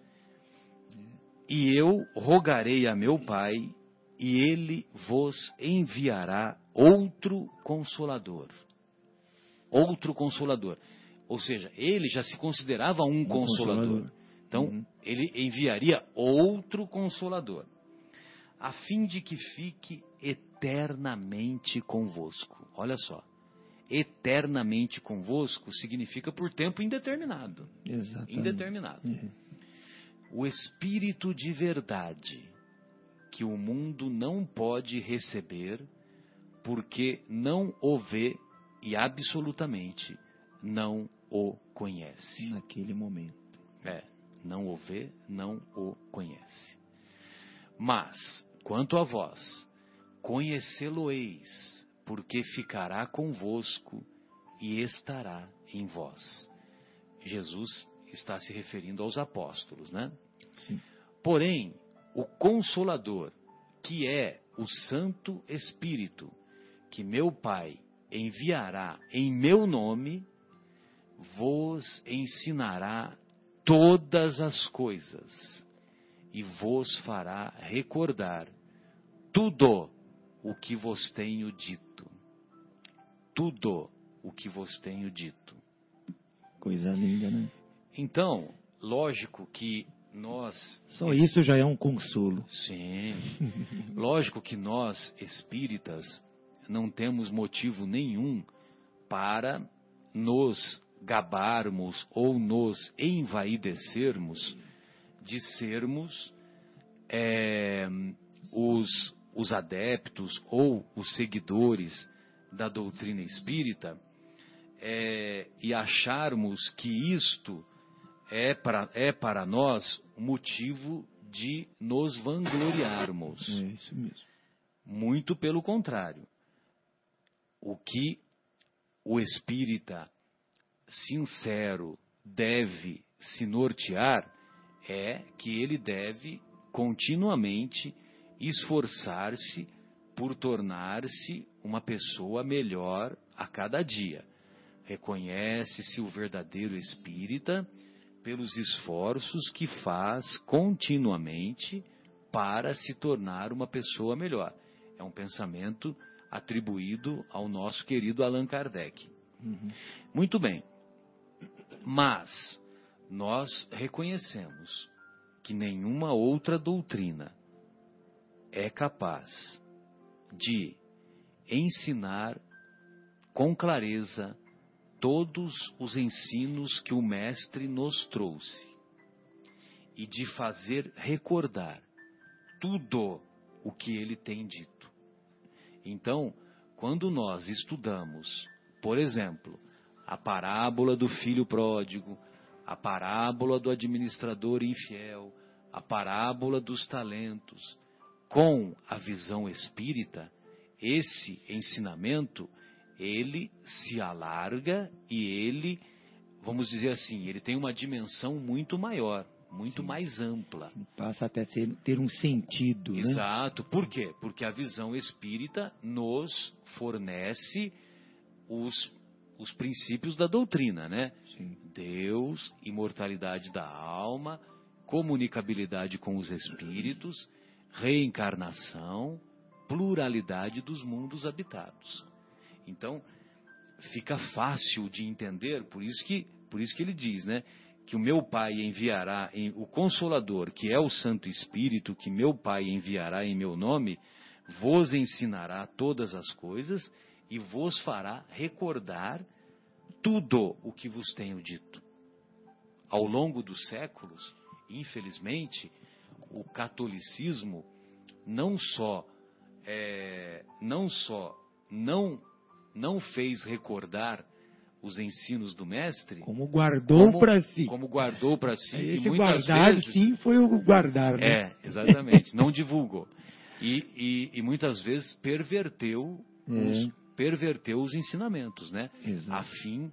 E eu rogarei a meu Pai, e ele vos enviará outro Consolador. Outro Consolador. Ou seja, ele já se considerava um, um Consolador. Consolador. Então, uhum. ele enviaria outro Consolador, a fim de que fique eternamente convosco. Olha só. Eternamente convosco significa por tempo indeterminado. Exatamente. Indeterminado. Uhum. O Espírito de verdade, que o mundo não pode receber, porque não o vê e absolutamente não o conhece. Naquele momento. É, não o vê, não o conhece. Mas, quanto a vós, conhecê-lo-eis, porque ficará convosco e estará em vós. Jesus está se referindo aos apóstolos, né? Sim. Porém, o Consolador, que é o Santo Espírito, que meu Pai enviará em meu nome, vos ensinará todas as coisas e vos fará recordar tudo o que vos tenho dito. Tudo o que vos tenho dito. Coisa linda, né? Então, lógico que nós... Só isso já é um consolo. Sim. Lógico que nós, espíritas, não temos motivo nenhum para nos gabarmos ou nos envaidecermos de sermos é, os, os adeptos ou os seguidores da doutrina espírita é, e acharmos que isto é para, é para nós motivo de nos vangloriarmos. É isso mesmo. Muito pelo contrário. O que o espírita sincero deve se nortear é que ele deve continuamente esforçar-se por tornar-se uma pessoa melhor a cada dia. Reconhece-se o verdadeiro espírita pelos esforços que faz continuamente para se tornar uma pessoa melhor. É um pensamento atribuído ao nosso querido Allan Kardec. Uhum. Muito bem. Mas nós reconhecemos que nenhuma outra doutrina é capaz de ensinar com clareza todos os ensinos que o Mestre nos trouxe e de fazer recordar tudo o que ele tem dito. Então, quando nós estudamos, por exemplo, a parábola do filho pródigo, a parábola do administrador infiel, a parábola dos talentos, com a visão espírita, esse ensinamento, ele se alarga e ele, vamos dizer assim, ele tem uma dimensão muito maior, muito Sim. mais ampla. Passa até ser, ter um sentido. Exato. Né? Por quê? Porque a visão espírita nos fornece os, os princípios da doutrina, né? Sim. Deus, imortalidade da alma, comunicabilidade com os espíritos, reencarnação, pluralidade dos mundos habitados. Então, fica fácil de entender, por isso que, por isso que ele diz, né, que o meu Pai enviará, em, o Consolador, que é o Santo Espírito, que meu Pai enviará em meu nome, vos ensinará todas as coisas e vos fará recordar tudo o que vos tenho dito. Ao longo dos séculos, infelizmente, o catolicismo não só é, não só não não fez recordar os ensinos do mestre, como guardou para si, como guardou para si, Esse e muitas guardar vezes sim foi o guardar, né? É, exatamente, não divulgou e, e, e muitas vezes perverteu é. os perverteu os ensinamentos, né? Exato. A fim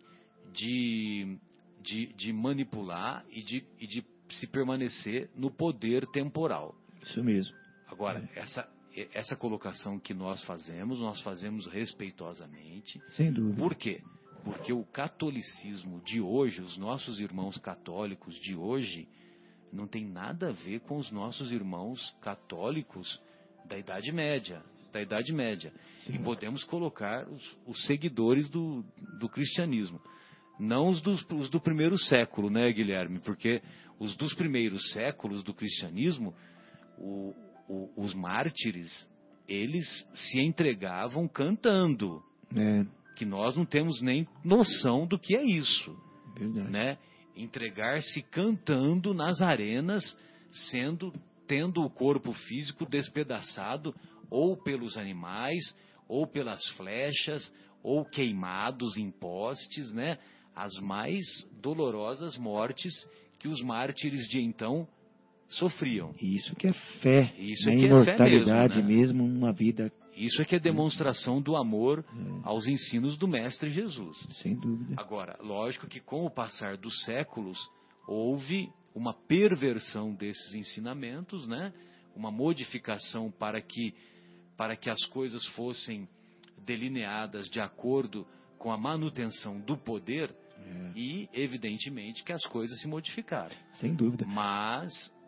de, de de manipular e de, e de se permanecer no poder temporal. Isso mesmo. Agora, é. essa, essa colocação que nós fazemos, nós fazemos respeitosamente. Sem dúvida. Por quê? Porque o catolicismo de hoje, os nossos irmãos católicos de hoje, não tem nada a ver com os nossos irmãos católicos da Idade Média. Da Idade Média. Sim. E podemos colocar os, os seguidores do, do cristianismo. Não os, dos, os do primeiro século, né, Guilherme? Porque os dos primeiros séculos do cristianismo, o, o, os mártires, eles se entregavam cantando. É. Que nós não temos nem noção do que é isso. Verdade. Né? Entregar-se cantando nas arenas, sendo, tendo o corpo físico despedaçado ou pelos animais, ou pelas flechas, ou queimados em postes, né? As mais dolorosas mortes que os mártires de então sofriam. Isso que é fé. Isso é que imortalidade é fé mesmo, né? mesmo, uma vida. Isso é que é demonstração do amor é. aos ensinos do Mestre Jesus. Sem dúvida. Agora, lógico que com o passar dos séculos, houve uma perversão desses ensinamentos, né? Uma modificação para que, para que as coisas fossem delineadas de acordo com a manutenção do poder. É. E, evidentemente, que as coisas se modificaram. Sem dúvida. Mas,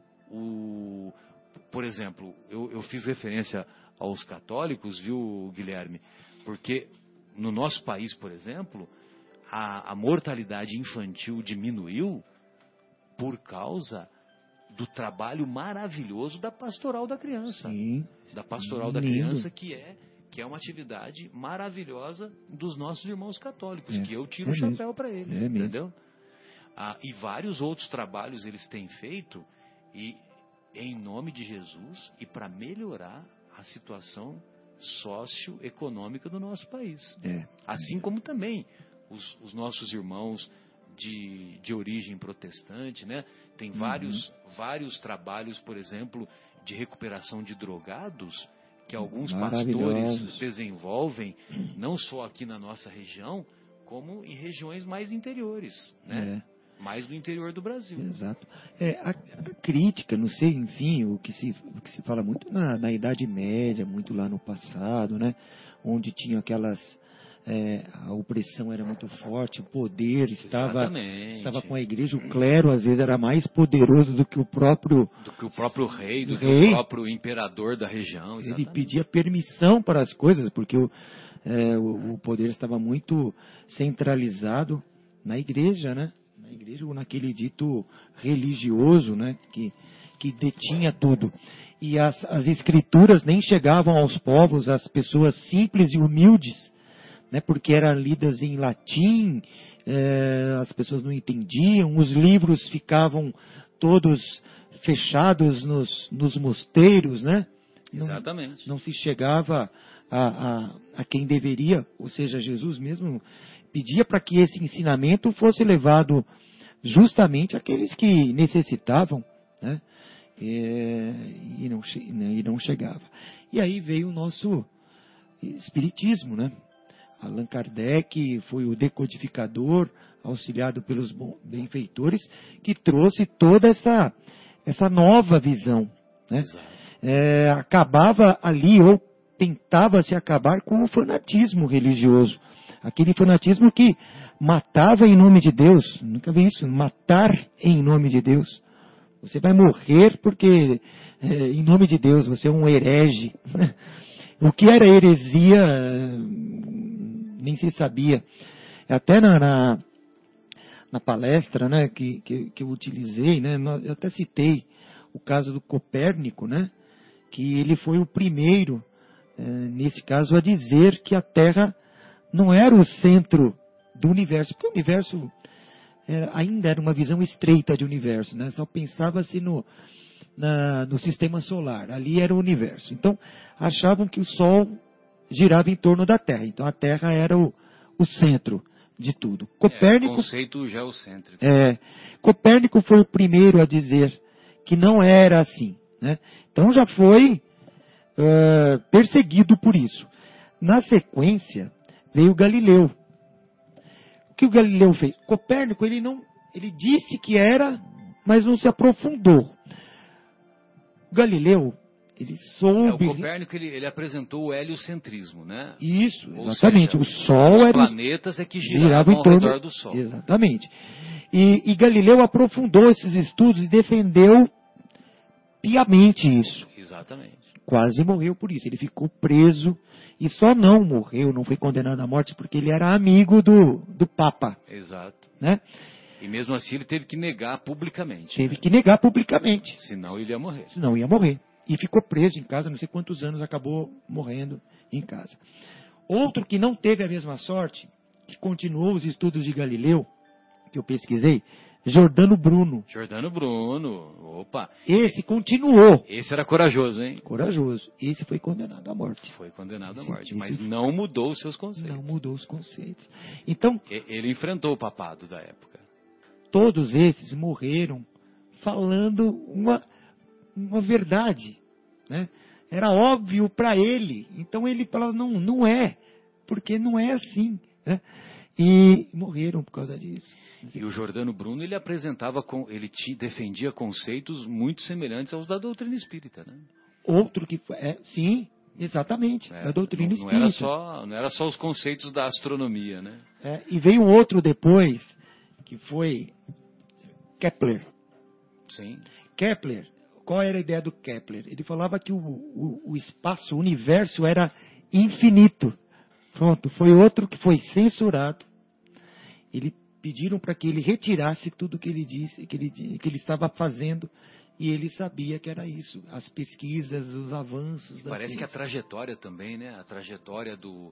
o, por exemplo, eu, eu fiz referência aos católicos, viu, Guilherme? Porque no nosso país, por exemplo, a, a mortalidade infantil diminuiu por causa do trabalho maravilhoso da Pastoral da Criança. Sim. Da Pastoral Lindo. da Criança, que é... que é uma atividade maravilhosa dos nossos irmãos católicos, é, que eu tiro é o chapéu para eles, é entendeu? Ah, e vários outros trabalhos eles têm feito, e em nome de Jesus, e para melhorar a situação socioeconômica do nosso país. É, assim como também os, os nossos irmãos de, de origem protestante, né? Tem uhum. vários, vários trabalhos, por exemplo, de recuperação de drogados, que alguns pastores desenvolvem, não só aqui na nossa região, como em regiões mais interiores, né? É. Mais do interior do Brasil. Exato. É, a, a crítica, não sei, enfim, o que se, o que se fala muito na, na Idade Média, muito lá no passado, né? Onde tinham aquelas... É, a opressão era muito forte, o poder estava, estava com a igreja, o clero às vezes era mais poderoso do que o próprio... Do que o próprio rei, do rei. que o próprio imperador da região. Exatamente. Ele pedia permissão para as coisas, porque o, é, o, o poder estava muito centralizado na igreja, né? Na igreja, ou naquele dito religioso, né? Que, que detinha tudo. E as, as escrituras nem chegavam aos povos, às pessoas simples e humildes, né, porque eram lidas em latim, eh, as pessoas não entendiam, os livros ficavam todos fechados nos, nos mosteiros, né? Exatamente. Não, não se chegava a, a, a quem deveria, ou seja, Jesus mesmo pedia para que esse ensinamento fosse levado justamente àqueles que necessitavam, né? É, e, não, e não chegava. E aí veio o nosso espiritismo, né? Allan Kardec foi o decodificador, auxiliado pelos benfeitores, que trouxe toda essa, essa nova visão, né? É, acabava ali, ou tentava se acabar com o fanatismo religioso, aquele fanatismo que matava em nome de Deus. Nunca vi isso, matar em nome de Deus. Você vai morrer porque, é, em nome de Deus, você é um herege. O que era heresia, nem se sabia. Até na, na, na palestra, né, que, que, que eu utilizei, né, eu até citei o caso do Copérnico, né, que ele foi o primeiro, é, nesse caso, a dizer que a Terra não era o centro do universo, porque o universo é, ainda era uma visão estreita de universo, né? Só pensava-se no, na, no sistema solar, ali era o universo. Então, achavam que o Sol girava em torno da Terra, então a Terra era o, o centro de tudo. Copérnico, é, conceito geocêntrico. É, Copérnico foi o primeiro a dizer que não era assim, né? Então já foi uh, perseguido por isso. Na sequência, veio Galileu. O que o Galileu fez? Copérnico, ele não, ele disse que era, mas não se aprofundou. O Galileu, ele soube... É, o Copérnico, ele, ele apresentou o heliocentrismo, né? Isso, Ou exatamente. seja, o Sol os era... planetas é que giravam, girava em ao torno, redor do Sol. Exatamente. E, e Galileu aprofundou esses estudos e defendeu piamente isso. Exatamente. Quase morreu por isso. Ele ficou preso e só não morreu, não foi condenado à morte porque ele era amigo do, do Papa. Exato. Né? E mesmo assim ele teve que negar publicamente. Teve né? que negar publicamente. Senão ele ia morrer. Senão ia morrer. E ficou preso em casa, não sei quantos anos, acabou morrendo em casa. Outro que não teve a mesma sorte, que continuou os estudos de Galileu, que eu pesquisei, Giordano Bruno. Giordano Bruno, opa. Esse continuou. Esse era corajoso, hein? Corajoso. Esse foi condenado à morte. Foi condenado à Esse, morte, esse mas foi... não mudou os seus conceitos. Não mudou os conceitos. Então, ele enfrentou o papado da época. Todos esses morreram falando uma, uma verdade, né? Era óbvio para ele. Então ele falava, não, não é, porque não é assim, né? E morreram por causa disso. E o Giordano Bruno, ele apresentava, ele te, defendia conceitos muito semelhantes aos da doutrina espírita, né? Outro que foi, é, sim, exatamente, é, a doutrina não, espírita. Não era, só, não era só os conceitos da astronomia, né? É, e veio um outro depois, que foi Kepler. Sim. Kepler, qual era a ideia do Kepler? Ele falava que o, o, o espaço, o universo era infinito. Pronto, foi outro que foi censurado. Ele pediram para que ele retirasse tudo que ele disse, que ele, que ele estava fazendo, e ele sabia que era isso. As pesquisas, os avanços da Parece ciência. que a trajetória também, né? A trajetória do...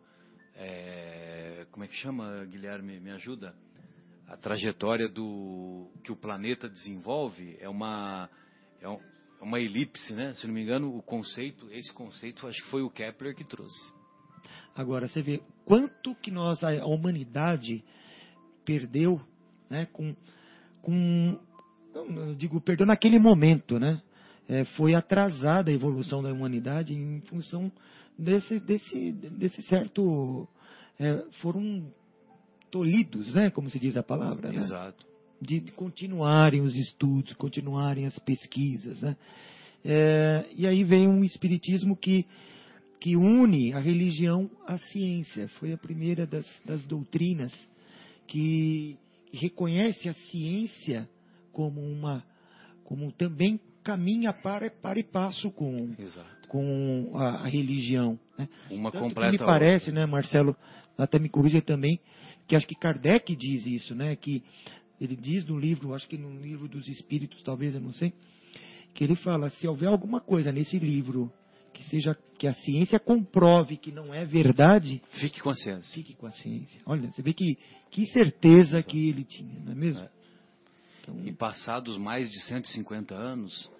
É, como é que chama, Guilherme? Me ajuda? A trajetória do que o planeta desenvolve é uma, é um, uma elipse, né? Se não me engano, o conceito, esse conceito, acho que foi o Kepler que trouxe. Agora, você vê quanto que nós, a humanidade perdeu, né, com, com eu digo, perdeu naquele momento, né? É, foi atrasada a evolução da humanidade em função desse, desse, desse certo... É, foram tolhidos, né, como se diz a palavra, né? Exato. De, de continuarem os estudos, continuarem as pesquisas, né? É, e aí vem um espiritismo que que une a religião à ciência. Foi a primeira das, das doutrinas que reconhece a ciência como uma, como também caminha para, para e passo com, com a, a religião. Né? Uma Tanto completa que me parece, né, Marcelo, até me corrija também, que acho que Kardec diz isso, né? Que ele diz no livro, acho que no livro dos Espíritos, talvez, eu não sei, que ele fala, se houver alguma coisa nesse livro que seja que a ciência comprove que não é verdade, fique com a ciência. Fique com a ciência. Olha, você vê que, que certeza Exato. Que ele tinha, não é mesmo? É. Então, e passados mais de cento e cinquenta anos,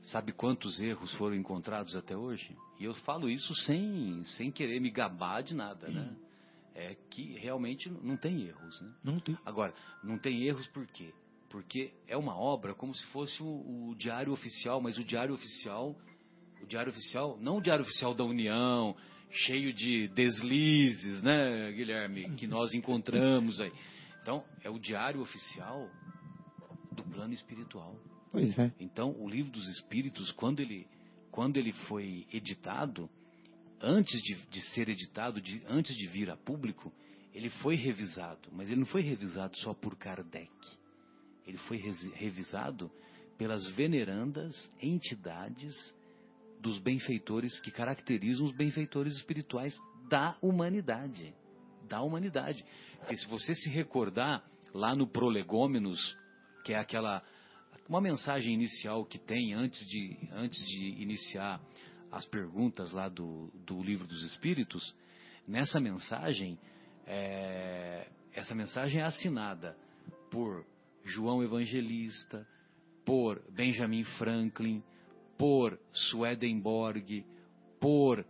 Sabe quantos erros foram encontrados até hoje? E eu falo isso sem, sem querer me gabar de nada, né? É que realmente não tem erros, né? Não tem. Agora, não tem erros por quê? Porque é uma obra como se fosse o, o Diário Oficial, mas o Diário Oficial, o Diário Oficial, não o Diário Oficial da União, cheio de deslizes, né, Guilherme, que nós encontramos aí. Então, é o Diário Oficial do plano espiritual. Pois é. Então, o Livro dos Espíritos, quando ele, quando ele foi editado, antes de, de ser editado, de, antes de vir a público, ele foi revisado. Mas ele não foi revisado só por Kardec. Ele foi revisado pelas venerandas entidades dos benfeitores que caracterizam os benfeitores espirituais da humanidade. Da humanidade. Porque se você se recordar lá no Prolegômenos, que é aquela uma mensagem inicial que tem antes de, antes de iniciar as perguntas lá do, do Livro dos Espíritos, nessa mensagem, é, essa mensagem é assinada por João Evangelista, por Benjamin Franklin, por Swedenborg, por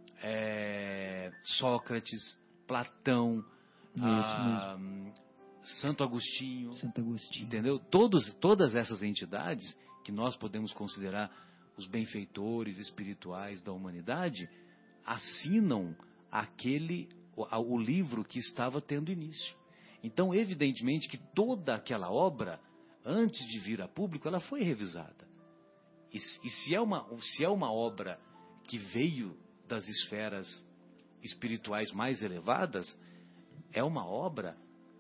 é, Sócrates, Platão, a, Santo Agostinho, Santo Agostinho, entendeu? Todos, todas essas entidades que nós podemos considerar os benfeitores espirituais da humanidade assinam aquele o, o livro que estava tendo início. Então, evidentemente que toda aquela obra, antes de vir a público, ela foi revisada. E, e se, é uma, se é uma obra que veio das esferas espirituais mais elevadas, é uma obra,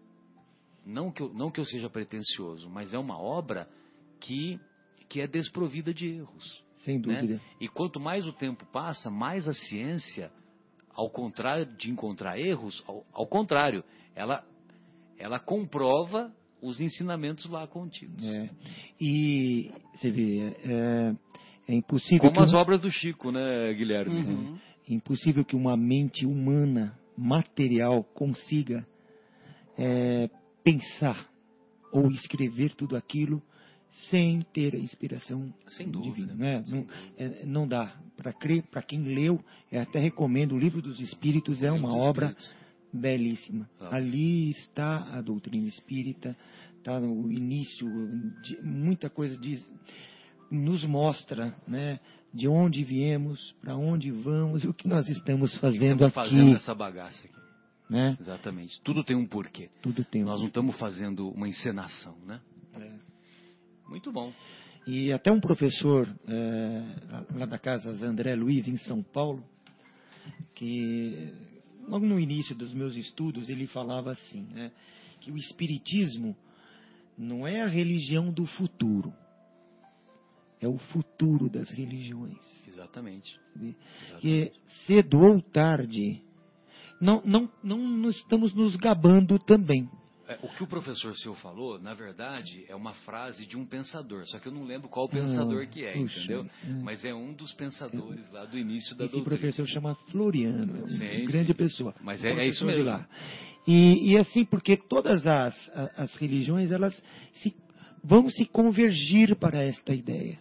não que eu, não que eu seja pretensioso, mas é uma obra que, que é desprovida de erros. Sem dúvida. Né? E quanto mais o tempo passa, mais a ciência, ao contrário de encontrar erros, ao, ao contrário, ela, ela comprova os ensinamentos lá contidos. É. E você vê, é, é impossível. Como que as um, obras do Chico, né, Guilherme? Uhum. É impossível que uma mente humana, material, consiga é, pensar ou escrever tudo aquilo sem ter a inspiração Sem dúvida, divina. Né? sem Não, dúvida. é, não dá para crer. Para quem leu, eu até recomendo. O Livro dos Espíritos é Livro uma dos obra Espíritos. belíssima. Ah. Ali está a doutrina espírita, está no início, de, muita coisa diz, nos mostra, né, de onde viemos, para onde vamos e o que nós estamos fazendo Estamos aqui. fazendo essa bagaça aqui. Né? Exatamente. Tudo tem um porquê. Tudo tem um Nós não estamos fazendo uma encenação, né? É. Muito bom. E até um professor é, lá da Casa André Luiz, em São Paulo, que logo no início dos meus estudos ele falava assim, né, que o Espiritismo não é a religião do futuro, é o futuro das religiões. Exatamente. Que Exatamente. cedo ou tarde, não, não, não, não estamos nos gabando também. É, o que o professor seu falou, na verdade, é uma frase de um pensador, só que eu não lembro qual pensador que é, puxa, entendeu? é. Mas é um dos pensadores lá do início da Esse doutrina. professor chama Floriano, é uma Sim, grande sim. pessoa. Mas Um é, é isso professor de mesmo. lá. E, e assim, porque todas as, a- as religiões, elas se, vão se convergir para esta ideia.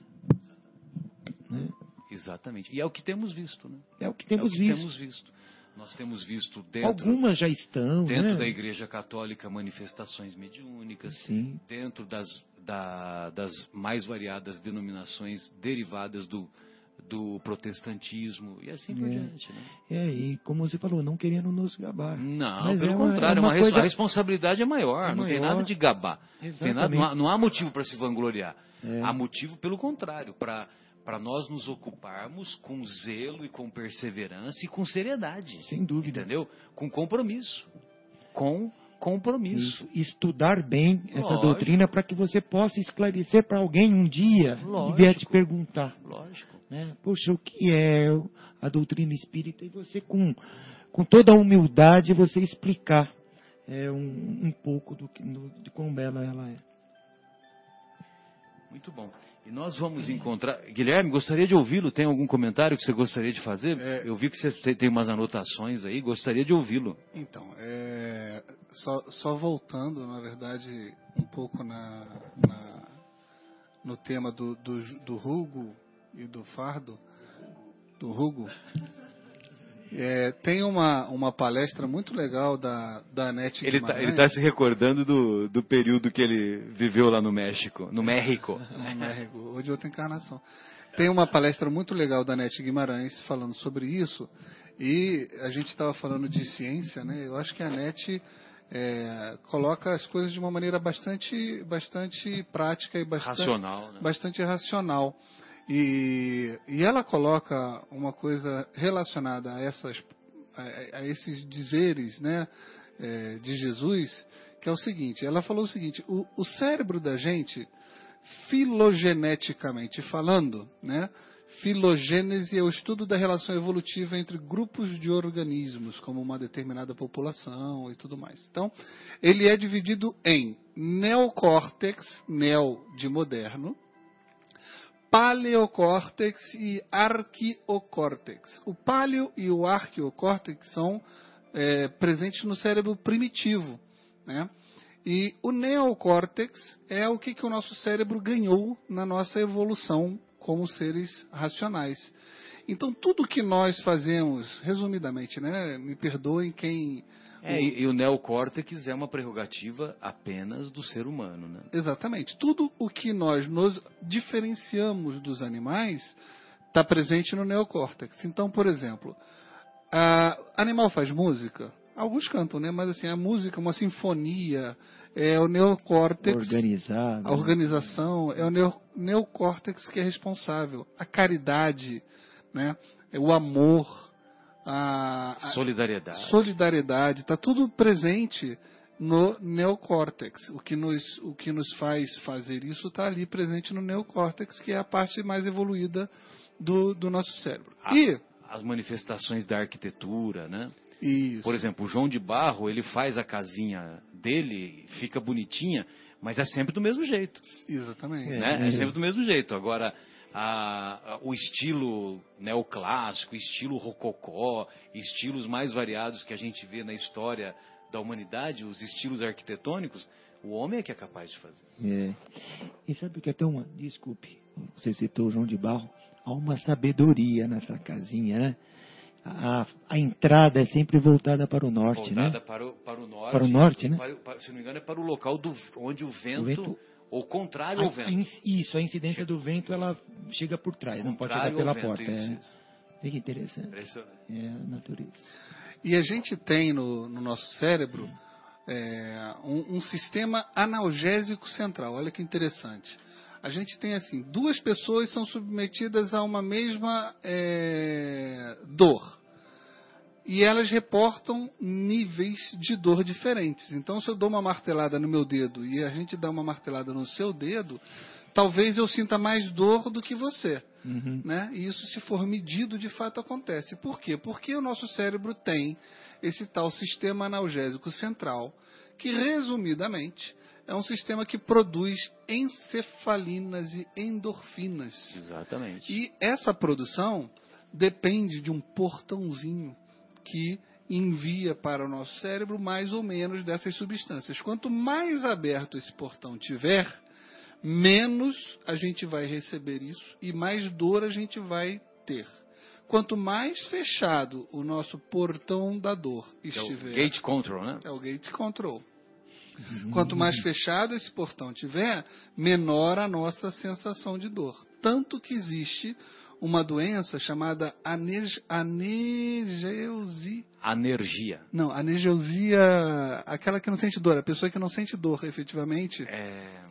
Né? Exatamente. E é o que temos visto, né? É o que É temos o que visto. temos visto. Nós temos visto dentro, Algumas já estão, dentro né? da Igreja Católica manifestações mediúnicas, Sim. dentro das, da, das mais variadas denominações derivadas do, do protestantismo e assim por É. diante. Né? É, e como você falou, não querendo nos gabar. Não, Mas pelo é uma- contrário, é uma uma res- coisa- a responsabilidade é maior, É não tem maior. nada de gabar. Tem nada, não, há, não há motivo para se vangloriar. É. Há motivo, pelo contrário, para para nós nos ocuparmos com zelo e com perseverança e com seriedade. Sem dúvida. Entendeu? Com compromisso. Com compromisso. Isso, estudar bem essa Lógico. doutrina para que você possa esclarecer para alguém um dia Lógico. e vier te perguntar. Lógico. Né? Poxa, o que é a doutrina espírita? E você, com, com toda a humildade, você explicar é, um, um pouco do, que- do, de quão bela ela é. Muito bom. E nós vamos encontrar... Guilherme, gostaria de ouvi-lo. Tem algum comentário que você gostaria de fazer? É. Eu vi que você tem umas anotações aí. Gostaria de ouvi-lo. Então, é, só, só voltando, na verdade, um pouco na, na- no tema do, do, do Hugo e do fardo, do Hugo, é, tem uma, uma palestra muito legal da, da Anete Ele Guimarães. tá, ele tá se recordando do, do período que ele viveu lá no México, no México. No México, ou de outra encarnação. Tem uma palestra muito legal da Anete Guimarães falando sobre isso, e a gente estava falando de ciência, né? Eu acho que a Anete é, coloca as coisas de uma maneira bastante, bastante prática e bastante Racional, né? Bastante racional. E, e ela coloca uma coisa relacionada a, essas, a, a esses dizeres, né, é, de Jesus, que é o seguinte: ela falou o seguinte, o, o cérebro da gente, filogeneticamente falando, né, filogênese é o estudo da relação evolutiva entre grupos de organismos, como uma determinada população e tudo mais. Então, ele é dividido em neocórtex, neo de moderno, paleocórtex e arqueocórtex. O paleo e o arqueocórtex são é, presentes no cérebro primitivo, né? E o neocórtex é o que, que o nosso cérebro ganhou na nossa evolução como seres racionais. Então, tudo que nós fazemos, resumidamente, né? Me perdoem quem... É, o... E, e o neocórtex é uma prerrogativa apenas do ser humano, né? Exatamente. Tudo o que nós nos diferenciamos dos animais está presente no neocórtex. Então, por exemplo, a animal faz música? Alguns cantam, né? Mas assim, a música, uma sinfonia, é o neocórtex. Organizado. A organização é o neo, neocórtex que é responsável. A caridade, né? O amor, a, a solidariedade. Solidariedade, está tudo presente no neocórtex. O que nos, o que nos faz fazer isso está ali presente no neocórtex, que é a parte mais evoluída do, do nosso cérebro. A, e as manifestações da arquitetura, né? Isso. Por exemplo, o João de Barro, ele faz a casinha dele, fica bonitinha, mas é sempre do mesmo jeito. Exatamente. Né? É, é sempre do mesmo jeito. Agora, a, a, o estilo neoclássico, estilo rococó, estilos mais variados que a gente vê na história da humanidade, os estilos arquitetônicos, o homem é que é capaz de fazer. É. E sabe que até uma... Desculpe, você citou o João de Barro, há uma sabedoria nessa casinha, né? A, a entrada é sempre voltada para o norte, voltada né? para o, para o norte. Para o norte, né? Para, para, se não me engano, é para o local do, onde o vento, o vento ou contrário a, ao vento. A, isso, a incidência chega, do vento, ela chega por trás, não pode chegar pela vento, porta. Isso, é. Isso. Fica interessante. É a natureza. E a gente tem no, no nosso cérebro é, um, um sistema analgésico central. Olha que interessante. A gente tem assim, duas pessoas são submetidas a uma mesma é, dor. E elas reportam níveis de dor diferentes. Então, se eu dou uma martelada no meu dedo e a gente dá uma martelada no seu dedo, talvez eu sinta mais dor do que você. Uhum. Né? E isso, se for medido, de fato acontece. Por quê? Porque o nosso cérebro tem esse tal sistema analgésico central, que, resumidamente, é um sistema que produz encefalinas e endorfinas. Exatamente. E essa produção depende de um portãozinho que envia para o nosso cérebro mais ou menos dessas substâncias. Quanto mais aberto esse portão tiver, menos a gente vai receber isso e mais dor a gente vai ter. Quanto mais fechado o nosso portão da dor estiver... É o gate control, né? É o gate control. Quanto mais fechado esse portão tiver, menor a nossa sensação de dor. Tanto que existe uma doença chamada aneg anegeusia. Anergia. Não, anegeusia, aquela que não sente dor, a pessoa que não sente dor, efetivamente. É...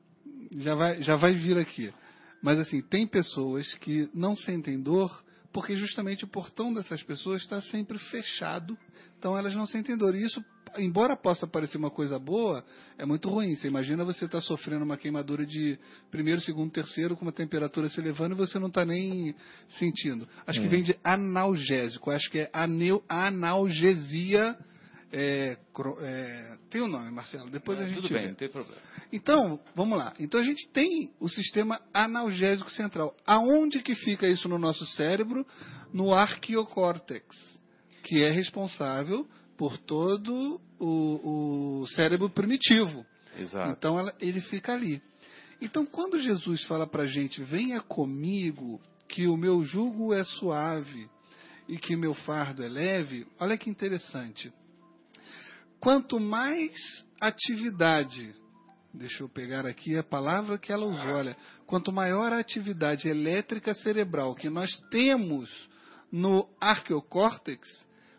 Já vai, já vai vir aqui. Mas assim, tem pessoas que não sentem dor porque justamente o portão dessas pessoas está sempre fechado, então elas não sentem dor. E isso, embora possa parecer uma coisa boa, é muito ruim. Você imagina você estar tá sofrendo uma queimadura de primeiro, segundo, terceiro, com uma temperatura se elevando e você não está nem sentindo. Acho é. que vem de analgésico, acho que é aneu, analgesia. É, é, tem um nome, Marcelo, depois é, a gente tudo vê. bem, não tem problema. Então, vamos lá. Então a gente tem o sistema analgésico central. Aonde que fica isso no nosso cérebro? No arqueocórtex, que é responsável por todo o, o cérebro primitivo. Exato. Então ela, ele fica ali. Então, quando Jesus fala para a gente, venha comigo, que o meu jugo é suave e que meu fardo é leve, olha que interessante. Quanto mais atividade, deixa eu pegar aqui a palavra que ela usou, olha, quanto maior a atividade elétrica cerebral que nós temos no arqueocórtex,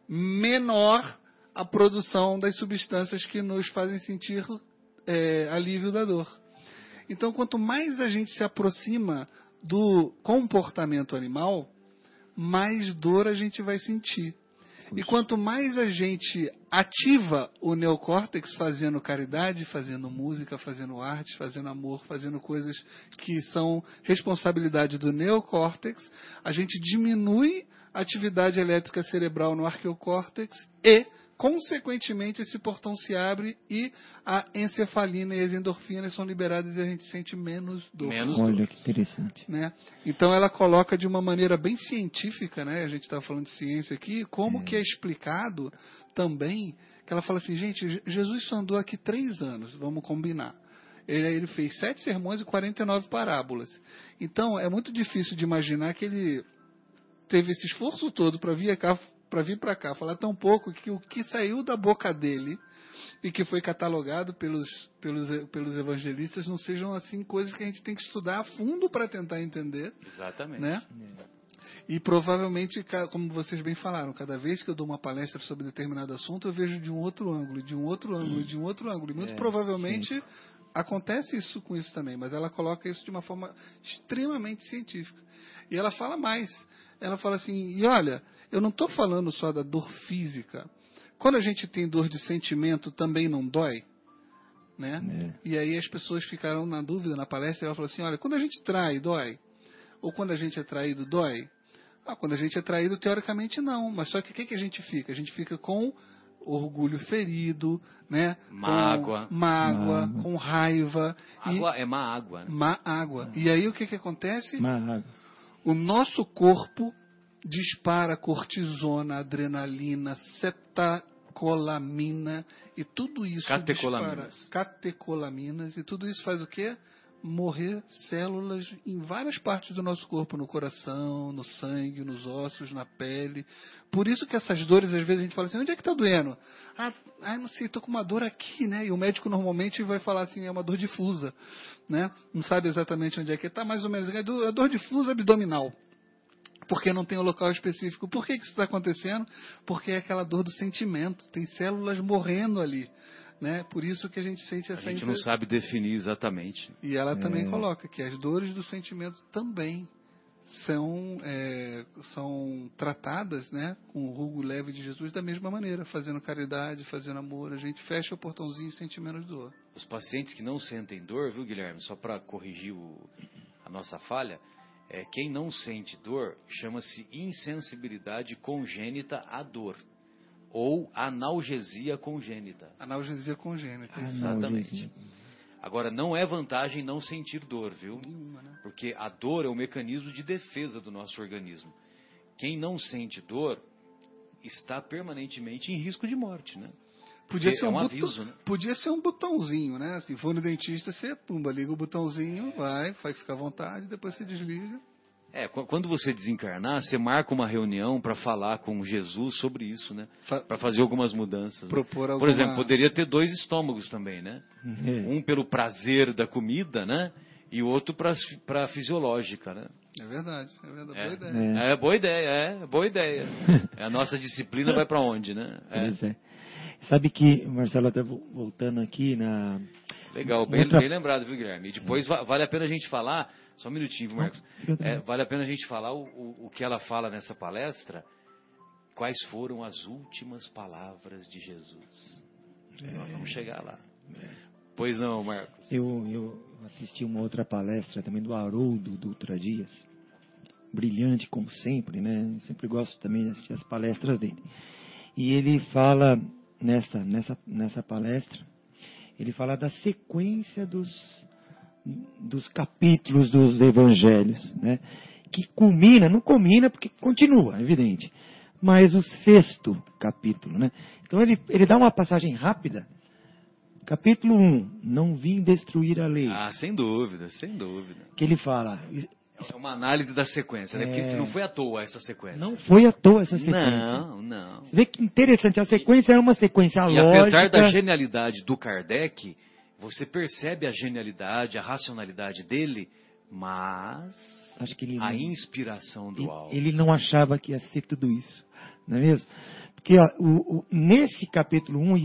menor a produção das substâncias que nos fazem sentir é, alívio da dor. Então, quanto mais a gente se aproxima do comportamento animal, mais dor a gente vai sentir. E quanto mais a gente ativa o neocórtex fazendo caridade, fazendo música, fazendo arte, fazendo amor, fazendo coisas que são responsabilidade do neocórtex, a gente diminui a atividade elétrica cerebral no arqueocórtex e, consequentemente, esse portão se abre e a encefalina e as endorfinas são liberadas e a gente sente menos dor. Menos Olha dor. que interessante. Né? Então ela coloca de uma maneira bem científica, né? A gente estava falando de ciência aqui, como é. que é explicado também, que ela fala assim, gente, Jesus só andou aqui três anos, vamos combinar. Ele, ele fez sete sermões e quarenta e nove parábolas. Então é muito difícil de imaginar que ele teve esse esforço todo para vir cá, para vir para cá, falar tão pouco que o que saiu da boca dele e que foi catalogado pelos, pelos, pelos evangelistas não sejam assim coisas que a gente tem que estudar a fundo para tentar entender. Exatamente. Né? E provavelmente, como vocês bem falaram, cada vez que eu dou uma palestra sobre determinado assunto, eu vejo de um outro ângulo, de um outro ângulo, de um outro ângulo. E muito é, provavelmente sim. acontece isso com isso também, mas ela coloca isso de uma forma extremamente científica. E ela fala mais. Ela fala assim, e olha, eu não estou falando só da dor física. Quando a gente tem dor de sentimento, também não dói? Né? É. E aí as pessoas ficaram na dúvida na palestra, e ela falou assim, olha, quando a gente trai, dói? Ou quando a gente é traído, dói? Ah, quando a gente é traído, teoricamente não. Mas só que o que, que a gente fica? A gente fica com orgulho ferido, né? Mágoa. Com mágoa, mágoa. Com raiva. Água e... é má água. Né? Má água. E aí o que, que acontece? Má água. O nosso corpo dispara cortisona, adrenalina, cetacolamina e tudo isso catecolaminas. dispara catecolaminas e tudo isso faz o quê? Morrer células em várias partes do nosso corpo, no coração, no sangue, nos ossos, na pele. Por isso que essas dores, às vezes a gente fala assim, onde é que está doendo? Ah, ah, não sei, estou com uma dor aqui, né? E o médico normalmente vai falar assim, é uma dor difusa, né? Não sabe exatamente onde é que está, mais ou menos. É dor difusa abdominal. Porque não tem um local específico. Por que, que isso está acontecendo? Porque é aquela dor do sentimento. Tem células morrendo ali. Né? Por isso que a gente sente essa... A gente não inter... sabe definir exatamente. E ela é. também coloca que as dores do sentimento também são, é, são tratadas, né, com o jugo leve de Jesus da mesma maneira. Fazendo caridade, fazendo amor. A gente fecha o portãozinho e sente menos dor. Os pacientes que não sentem dor, viu, Guilherme? Só para corrigir o, a nossa falha... É, quem não sente dor chama-se insensibilidade congênita à dor ou analgesia congênita. Analgesia congênita. Exatamente. Agora, não é vantagem não sentir dor, viu? Nenhuma, né? Porque a dor é um mecanismo de defesa do nosso organismo. Quem não sente dor está permanentemente em risco de morte, né? Podia ser, é um um botão, aviso, né? Podia ser um botãozinho, né? Se for no dentista, você pumba, liga o botãozinho, vai, vai ficar à vontade, depois você desliga. É, quando você desencarnar, você marca uma reunião para falar com Jesus sobre isso, né? Fa- para fazer algumas mudanças. Propor né? alguma... Por exemplo, poderia ter dois estômagos também, né? Uhum. Um pelo prazer da comida, né? E outro para a fisiológica, né? É verdade, é verdade, é, boa ideia. É. é boa ideia, é boa ideia. A nossa disciplina vai para onde, né? É. Pois é. Sabe que, Marcelo, até voltando aqui na... Legal, bem, outra... bem lembrado, viu, Guilherme? E depois va- vale a pena a gente falar, só um minutinho, viu, Marcos? É, vale a pena a gente falar o, o, o que ela fala nessa palestra, quais foram as últimas palavras de Jesus. É. Nós vamos chegar lá. É. Pois não, Marcos? Eu, eu assisti uma outra palestra também do Haroldo Dutra Dias, brilhante como sempre, né? Eu sempre gosto também de assistir as palestras dele. E ele fala... Nessa, nessa, nessa palestra, ele fala da sequência dos, dos capítulos dos evangelhos, né? Que culmina, não culmina porque continua, é evidente, mas o sexto capítulo, né? Então ele, ele dá uma passagem rápida Capítulo um, não vim destruir a lei. Ah, sem dúvida, sem dúvida. Que ele fala... É uma análise da sequência, né? Porque É... não foi à toa essa sequência. Não foi à toa essa sequência. Não, não. Você vê que interessante, a sequência é uma sequência e, lógica. E apesar da genialidade do Kardec, você percebe a genialidade, a racionalidade dele, mas Acho que ele a não... inspiração do ele, alto. Ele não achava que ia ser tudo isso, não é mesmo? Porque ó, o, o, nesse capítulo um,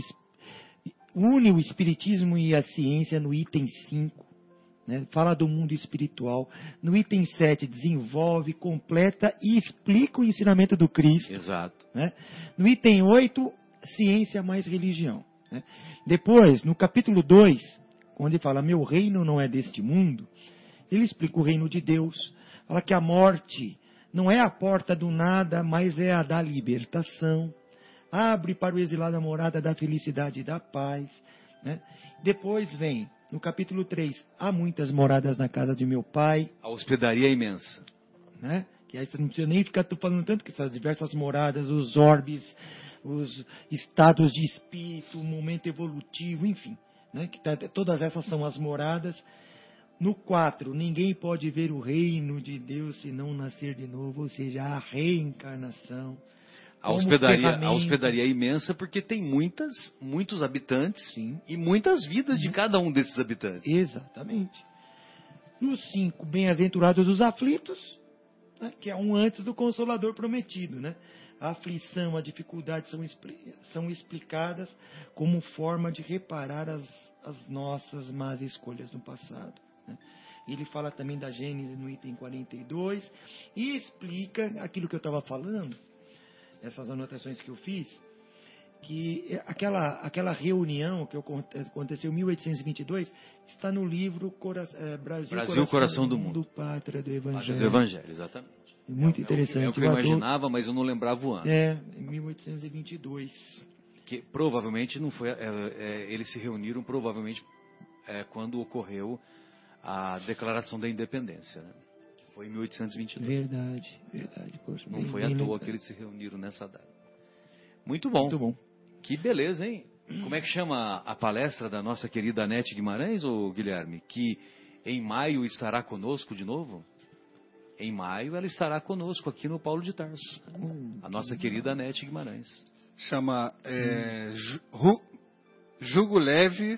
une o Espiritismo e a ciência no item cinco. Né? Fala do mundo espiritual. No item sete, desenvolve, completa e explica o ensinamento do Cristo. Exato. Né? No item oito, ciência mais religião. Né? Depois, no capítulo dois, onde fala, meu reino não é deste mundo, ele explica o reino de Deus. Fala que a morte não é a porta do nada, mas é a da libertação. Abre para o exilado a morada da felicidade e da paz. Né? Depois vem... No capítulo três, há muitas moradas na casa de meu pai. A hospedaria é imensa. Né? Que aí você não precisa nem ficar falando tanto que essas diversas moradas, os orbes, os estados de espírito, o momento evolutivo, enfim. Né? Que tá, todas essas são as moradas. No quatro, ninguém pode ver o reino de Deus se não nascer de novo, ou seja, a reencarnação. A hospedaria, a hospedaria é imensa porque tem muitas, muitos habitantes. Sim. E muitas vidas de cada um desses habitantes. Exatamente. No cinco, bem-aventurados os aflitos, né, que é um antes do Consolador prometido. Né? A aflição, a dificuldade são, são explicadas como forma de reparar as, as nossas más escolhas no passado. Né? Ele fala também da Gênesis no item quarenta e dois e explica aquilo que eu estava falando, essas anotações que eu fiz, que aquela, aquela reunião que aconteceu em mil oitocentos e vinte e dois está no livro Cora, é, Brasil, Brasil Coração, Coração do Mundo, Pátria do Evangelho. Pátria do Evangelho, exatamente. Muito é, interessante. É o que eu, é o que eu imaginava, mas eu não lembrava o ano. É, em mil oitocentos e vinte e dois. Que provavelmente não foi... É, é, eles se reuniram provavelmente é, quando ocorreu a Declaração da Independência, né? Foi em mil oitocentos e vinte e dois. Verdade, verdade. Poxa, não bem, foi bem à toa lembrado. que eles se reuniram nessa data. Muito bom. Muito bom. Que beleza, hein? Como é que chama a palestra da nossa querida Anete Guimarães, ou Guilherme? Que em maio estará conosco de novo? Em maio ela estará conosco aqui no Paulo de Tarso. A nossa querida Anete Guimarães. Chama é, ju, Jugo Leve,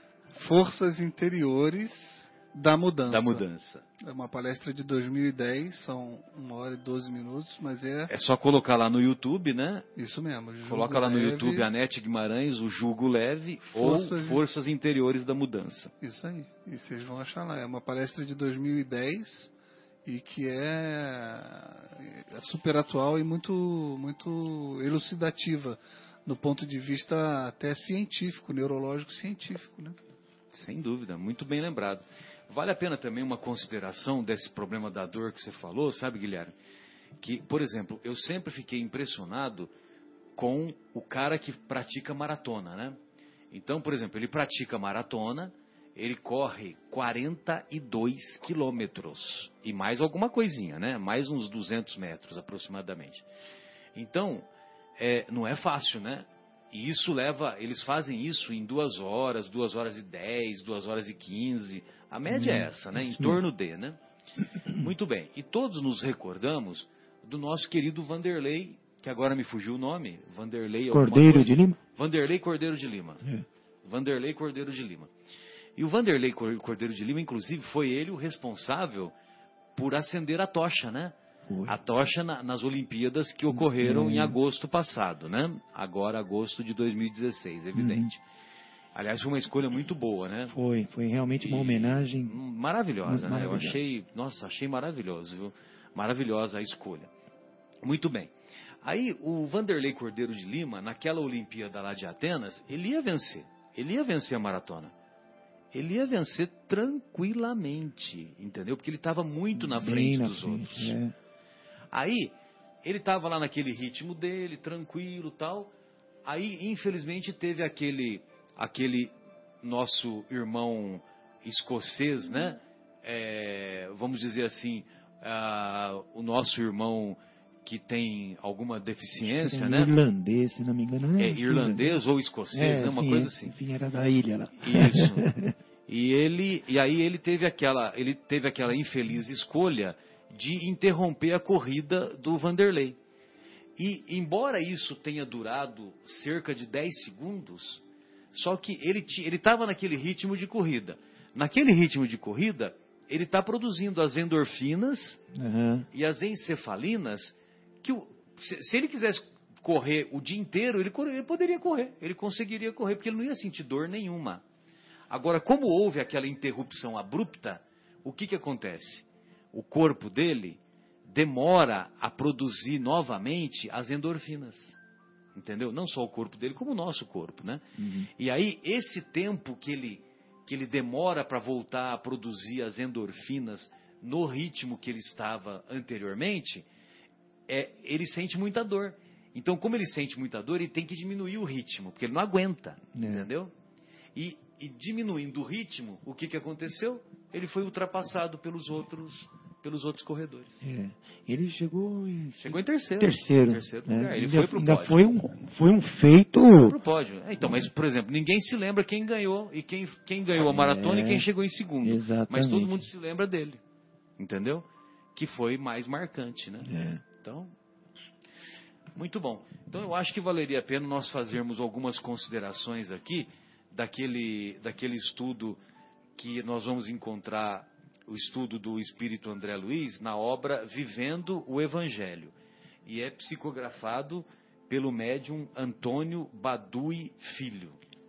Forças Interiores da Mudança. Da Mudança. É uma palestra de dois mil e dez, são uma hora e doze minutos, mas é... É só colocar lá no YouTube, né? Isso mesmo. Jugo Coloca lá no leve, YouTube Anete Guimarães, o Jugo Leve, Forças ou Forças Interiores da Mudança. Isso aí. E vocês vão achar lá. É uma palestra de dois mil e dez e que é, é super atual e muito, muito elucidativa do ponto de vista até científico, neurológico científico, né? Sem dúvida, muito bem lembrado. Vale a pena também uma consideração desse problema da dor que você falou, sabe, Guilherme? Que, por exemplo, eu sempre fiquei impressionado com o cara que pratica maratona, né? Então, por exemplo, ele pratica maratona, ele corre quarenta e dois quilômetros e mais alguma coisinha, né? Mais uns duzentos metros aproximadamente. Então, é, não é fácil, né? E isso leva, eles fazem isso em duas horas, duas horas e dez, duas horas e quinze. A média hum, é essa, né? Em torno de, né? Muito bem. E todos nos recordamos do nosso querido Vanderlei, que agora me fugiu o nome. Vanderlei Cordeiro de Lima? Vanderlei Cordeiro de Lima. É. Vanderlei Cordeiro de Lima. E o Vanderlei Cordeiro de Lima, inclusive, foi ele o responsável por acender a tocha, né? Foi. A tocha na, nas Olimpíadas que ocorreram é. em agosto passado, né? Agora, agosto de dois mil e dezesseis, evidente. Uhum. Aliás, foi uma escolha muito boa, né? Foi, foi realmente uma e homenagem maravilhosa, né? Eu achei, nossa, achei maravilhoso, viu? Maravilhosa a escolha. Muito bem. Aí, o Vanderlei Cordeiro de Lima, naquela Olimpíada lá de Atenas, ele ia vencer. Ele ia vencer a maratona. Ele ia vencer tranquilamente, entendeu? Porque ele estava muito na frente na dos frente, outros. É. Aí, ele estava lá naquele ritmo dele, tranquilo e tal. Aí, infelizmente, teve aquele, aquele nosso irmão escocês, né? É, vamos dizer assim, uh, o nosso irmão que tem alguma deficiência, é né? Irlandês, se não me engano. É irlandês ou escocês, é, né? Uma sim, coisa é, assim. Enfim, era da ilha lá. Isso. E ele, e aí ele teve aquela, ele teve aquela infeliz escolha de interromper a corrida do Vanderlei. E embora isso tenha durado cerca de dez segundos, só que ele ele estava naquele ritmo de corrida. Naquele ritmo de corrida, ele está produzindo as endorfinas Uhum. e as encefalinas que o, se, se ele quisesse correr o dia inteiro, ele, ele poderia correr, ele conseguiria correr, porque ele não ia sentir dor nenhuma. Agora, como houve aquela interrupção abrupta, o que, que acontece? O corpo dele demora a produzir novamente as endorfinas. Entendeu? Não só o corpo dele, como o nosso corpo, né? Uhum. E aí, esse tempo que ele, que ele demora para voltar a produzir as endorfinas no ritmo que ele estava anteriormente, é, ele sente muita dor. Então, como ele sente muita dor, ele tem que diminuir o ritmo, porque ele não aguenta, é. Entendeu? E, e diminuindo o ritmo, o que, que aconteceu? Ele foi ultrapassado pelos outros, pelos outros corredores. É. Ele chegou em... Chegou em terceiro. Terceiro. terceiro é. lugar. Ele ainda, foi pro ainda pódio. Foi um, foi um feito... Pro pódio. É, então, mas, por exemplo, ninguém se lembra quem ganhou e quem, quem ganhou a maratona é. E quem chegou em segundo. Exatamente. Mas todo mundo se lembra dele. Entendeu? Que foi mais marcante, né? É. Então... Muito bom. Então eu acho que valeria a pena nós fazermos algumas considerações aqui daquele, daquele estudo que nós vamos encontrar, o estudo do Espírito André Luiz, na obra Vivendo o Evangelho. E é psicografado pelo médium Antônio Badui Filho.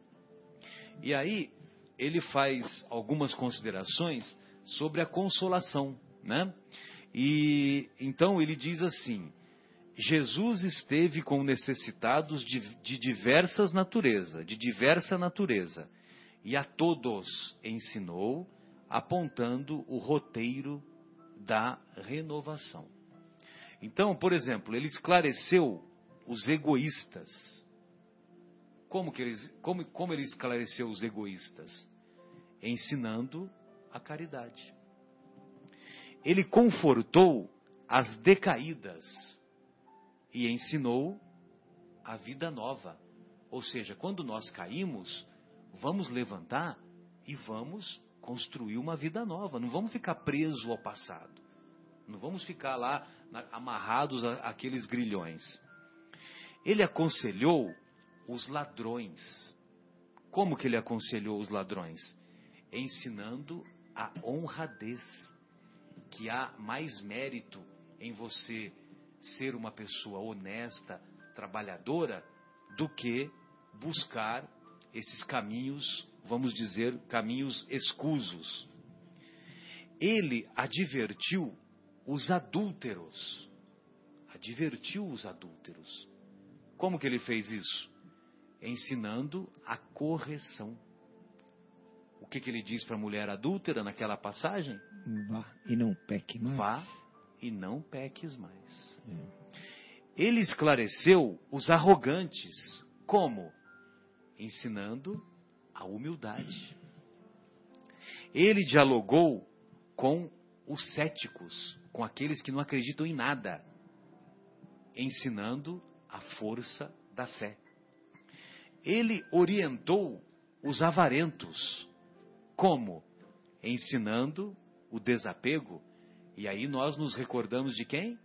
E aí ele faz algumas considerações sobre a consolação, né? E então ele diz assim: Jesus esteve com necessitados de, de diversas naturezas, de diversa natureza, e a todos ensinou, apontando o roteiro da renovação. Então, por exemplo, ele esclareceu os egoístas. Como, que ele, como, como ele esclareceu os egoístas? Ensinando a caridade. Ele confortou as decaídas e ensinou a vida nova. Ou seja, quando nós caímos, vamos levantar e vamos construir uma vida nova. Não vamos ficar presos ao passado. Não vamos ficar lá amarrados àqueles grilhões. Ele aconselhou os ladrões. Como que ele aconselhou os ladrões? Ensinando a honradez. Que há mais mérito em você ser uma pessoa honesta, trabalhadora, do que buscar esses caminhos, vamos dizer, caminhos escusos. Ele advertiu os adúlteros. Advertiu os adúlteros. Como que ele fez isso? Ensinando a correção. O que, que ele diz para a mulher adúltera naquela passagem? Vá e não peque mais. Vá e não peques mais. É. Ele esclareceu os arrogantes. Como? Ensinando a humildade. Ele dialogou com os céticos, com aqueles que não acreditam em nada, ensinando a força da fé. Ele orientou os avarentos. Como? Ensinando o desapego. E aí nós nos recordamos de quem?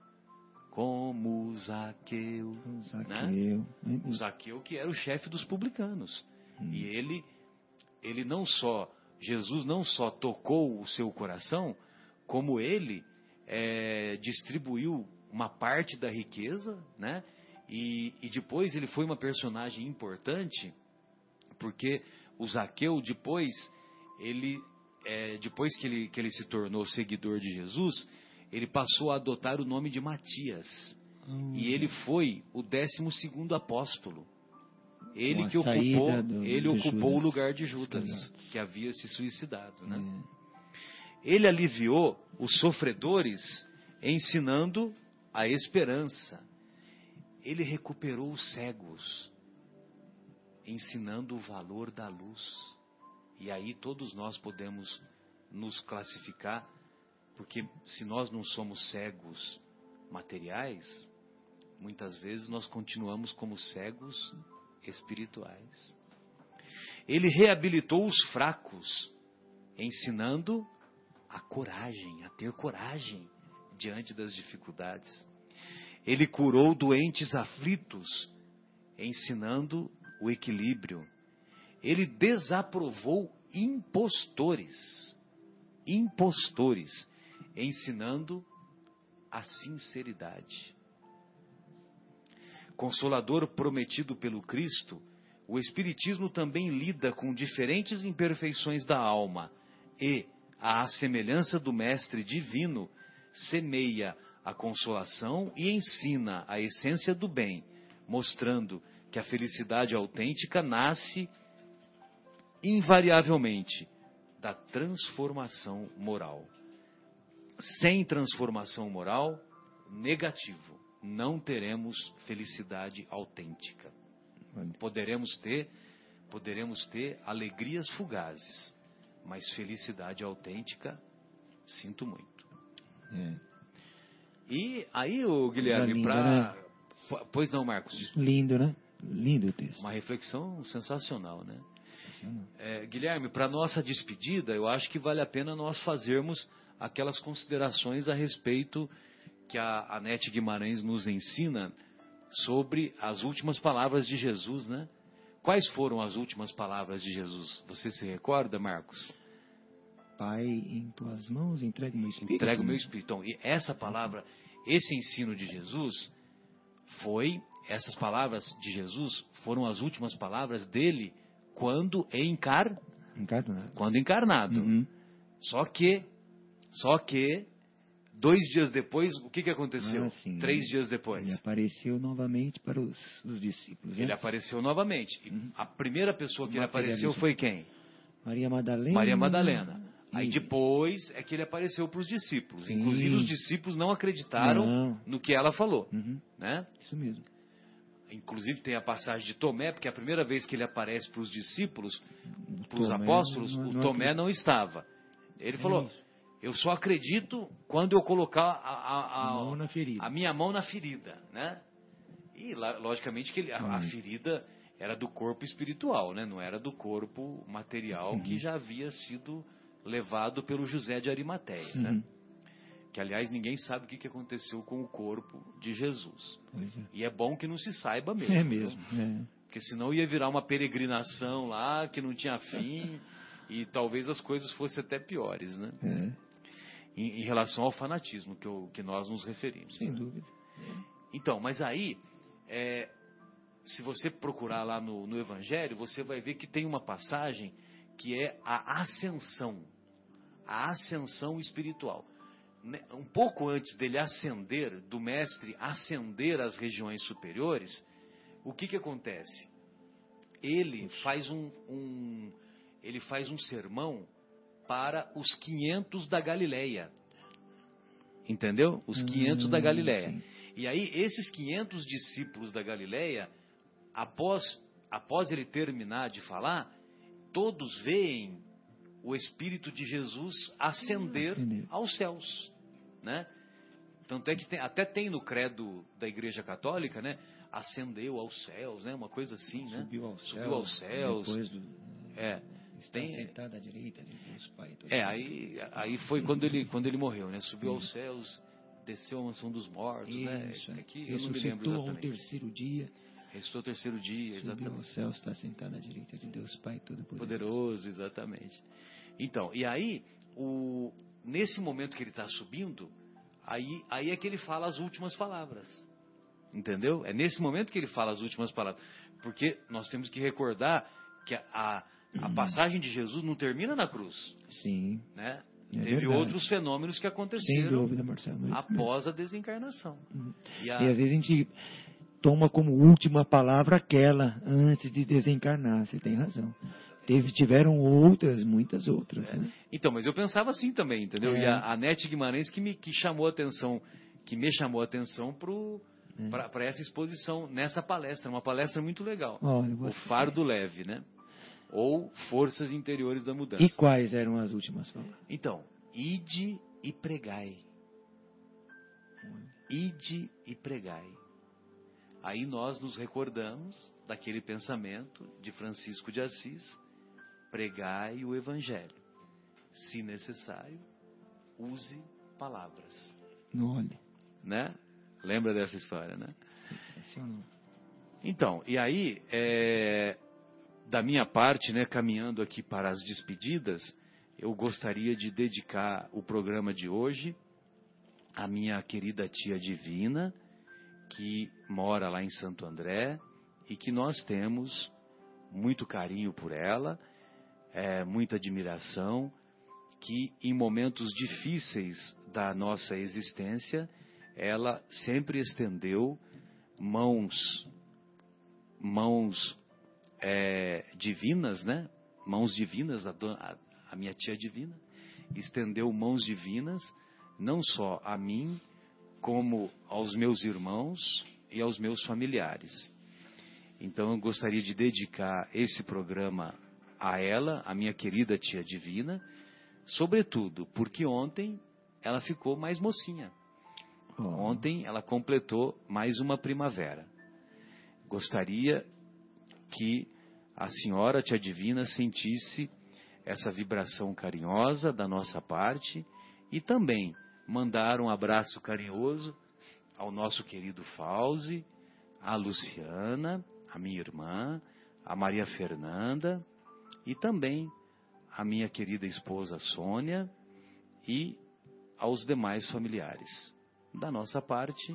Como Zaqueu. O Zaqueu. Né? O Zaqueu, que era o chefe dos publicanos. Hum. E ele, ele não só, Jesus não só tocou o seu coração, como ele é, distribuiu uma parte da riqueza, né? E, e depois ele foi uma personagem importante, porque o Zaqueu depois, ele, é, depois que ele, que ele se tornou seguidor de Jesus, ele passou a adotar o nome de Matias. Hum. E ele foi o décimo segundo apóstolo. Ele que ocupou, do, ele ocupou o lugar de Judas, que havia se suicidado, né? Hum. Ele aliviou os sofredores, ensinando a esperança. Ele recuperou os cegos, ensinando o valor da luz. E aí todos nós podemos nos classificar, porque se nós não somos cegos materiais, muitas vezes nós continuamos como cegos espirituais. Ele reabilitou os fracos, ensinando a coragem, a ter coragem diante das dificuldades. Ele curou doentes aflitos, ensinando o equilíbrio. Ele desaprovou impostores, impostores, ensinando a sinceridade. Consolador prometido pelo Cristo, o Espiritismo também lida com diferentes imperfeições da alma e, à semelhança do Mestre Divino, semeia a consolação e ensina a essência do bem, mostrando que a felicidade autêntica nasce invariavelmente da transformação moral. Sem transformação moral, negativo, não teremos felicidade autêntica. Poderemos ter, poderemos ter alegrias fugazes, mas felicidade autêntica, sinto muito. É. E aí, o Guilherme, para... Né? Pois não, Marcos. Lindo, né? Lindo o texto. Uma reflexão sensacional, né? É, Guilherme, para nossa despedida, eu acho que vale a pena nós fazermos aquelas considerações a respeito que a Anete Guimarães nos ensina sobre as últimas palavras de Jesus, né? Quais foram as últimas palavras de Jesus? Você se recorda, Marcos? Pai, em tuas mãos entregue o meu espírito. Entrega o meu espírito. Então, e essa palavra, esse ensino de Jesus foi, essas palavras de Jesus foram as últimas palavras dele quando encar... encarnado. Quando encarnado. Uhum. Só que, só que, dois dias depois, o que, que aconteceu? Ah, sim, Três ele, dias depois. Ele apareceu novamente para os, os discípulos. Né? Ele apareceu novamente. Uhum. A primeira pessoa que ele apareceu foi quem? Maria Madalena. Maria Madalena. E... Aí depois é que ele apareceu para os discípulos. Sim. Inclusive os discípulos não acreditaram não. no que ela falou. Uhum. Né? Isso mesmo. Inclusive tem a passagem de Tomé, porque a primeira vez que ele aparece para os discípulos, para os Tomé apóstolos, não, não, o Tomé não estava. Ele é falou, isso. Eu só acredito quando eu colocar a, a, a, a, mão na ferida. a minha mão na ferida. Né? E logicamente que ele, a, a ferida era do corpo espiritual, né? Não era do corpo material uhum. que já havia sido levado pelo José de Arimateia. Uhum. Né? Que, aliás, ninguém sabe o que aconteceu com o corpo de Jesus. É. E é bom que não se saiba mesmo. É mesmo. É. Porque senão ia virar uma peregrinação lá, que não tinha fim, e talvez as coisas fossem até piores, né? É. Em, em relação ao fanatismo que, eu, que nós nos referimos. Sem né? dúvida. Então, mas aí, é, se você procurar lá no, no Evangelho, você vai ver que tem uma passagem que é a ascensão. A ascensão espiritual. Um pouco antes dele ascender, do mestre ascender às regiões superiores, o que que acontece? Ele faz um, um, ele faz um sermão para os quinhentos da Galileia. Entendeu? Os quinhentos hum, da Galileia. Sim. E aí, esses quinhentos discípulos da Galileia, após, após ele terminar de falar, todos veem o Espírito de Jesus ascender aos céus, né? Tanto é que tem, até tem no credo da Igreja Católica, né? Ascendeu aos céus, né? Uma coisa assim, né? Subiu aos Subiu céus. Aos céus. Depois do, é. Está Tem, sentado à direita de Deus Pai. É, aí, aí foi quando ele, quando ele morreu, né? Subiu aos céus, desceu à mansão dos mortos, Isso, né? É que eu não me lembro exatamente. Ao terceiro dia. Ressuscitou ao terceiro dia, exatamente. Subiu aos céus, está sentado à direita de Deus Pai Todo-Poderoso. Poderoso, exatamente. Então, e aí, o, nesse momento que ele está subindo, aí, aí é que ele fala as últimas palavras. Entendeu? É nesse momento que ele fala as últimas palavras. Porque nós temos que recordar que a, a, a passagem de Jesus não termina na cruz. Sim. Né? É Teve verdade. outros fenômenos que aconteceram. Sem dúvida, Marcelo, após a desencarnação. Uhum. E, a... e às vezes a gente toma como última palavra aquela antes de desencarnar. Você tem razão. Teve, tiveram outras, muitas outras. É. Né? Então, mas eu pensava assim também, entendeu? É. E a Anete Guimarães que me que chamou a atenção, que me chamou a atenção para é. essa exposição, nessa palestra, uma palestra muito legal. Olha, o Fardo Leve, né? Ou Forças Interiores da Mudança. E quais eram as últimas palavras? Então, ide e pregai. ide e pregai. Aí nós nos recordamos daquele pensamento de Francisco de Assis, pregai o Evangelho. Se necessário, use palavras. Olha. Né? Lembra dessa história, né? Então, e aí, é, da minha parte, né, caminhando aqui para as despedidas, eu gostaria de dedicar o programa de hoje à minha querida tia Divina, que mora lá em Santo André e que nós temos muito carinho por ela, é, muita admiração, que em momentos difíceis da nossa existência, ela sempre estendeu mãos, mãos é, divinas, né? Mãos divinas, a, dona, a minha tia Divina, estendeu mãos divinas, não só a mim, como aos meus irmãos e aos meus familiares. Então eu gostaria de dedicar esse programa a ela, a minha querida tia Divina, sobretudo porque ontem ela ficou mais mocinha. Oh. Ontem ela completou mais uma primavera. Gostaria que a senhora tia Divina sentisse essa vibração carinhosa da nossa parte e também mandar um abraço carinhoso ao nosso querido Fauzi, a Luciana, a minha irmã, a Maria Fernanda e também a minha querida esposa Sônia e aos demais familiares. Da nossa parte,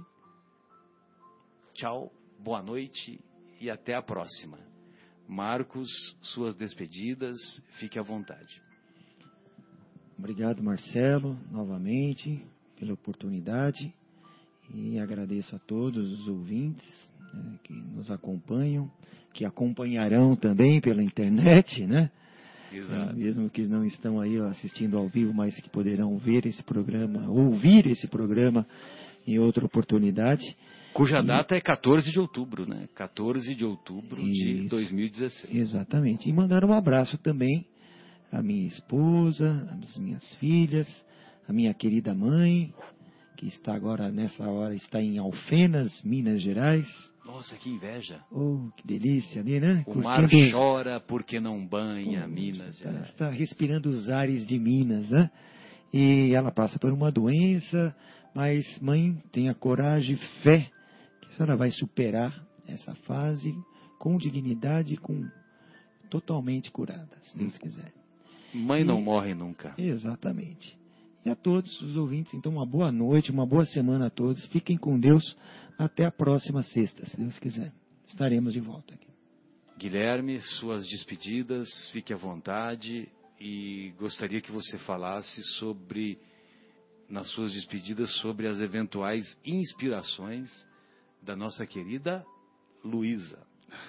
tchau, boa noite e até a próxima. Marcos, suas despedidas, fique à vontade. Obrigado, Marcelo, novamente, pela oportunidade e agradeço a todos os ouvintes, né, que nos acompanham, que acompanharão também pela internet, né? Exato. É, mesmo que não estão aí assistindo ao vivo, mas que poderão ver esse programa, ouvir esse programa em outra oportunidade. Cuja e, data é quatorze de outubro, né? quatorze de outubro isso, de dois mil e dezesseis. Exatamente. E mandar um abraço também à minha esposa, às minhas filhas, à minha querida mãe, que está agora, nessa hora, está em Alfenas, Minas Gerais. Nossa, que inveja. Oh, que delícia ali, né? O Curtindo... mar chora porque não banha oh, Minas está, Gerais. Está respirando os ares de Minas, né? E ela passa por uma doença, mas, mãe, tenha coragem e fé que a senhora vai superar essa fase com dignidade, com totalmente curada, se Deus quiser. Mãe e, não morre nunca. Exatamente. E a todos os ouvintes, então, uma boa noite, uma boa semana a todos. Fiquem com Deus. Até a próxima sexta, se Deus quiser. Estaremos de volta aqui. Guilherme, suas despedidas, fique à vontade. E gostaria que você falasse sobre, nas suas despedidas, sobre as eventuais inspirações da nossa querida Luísa.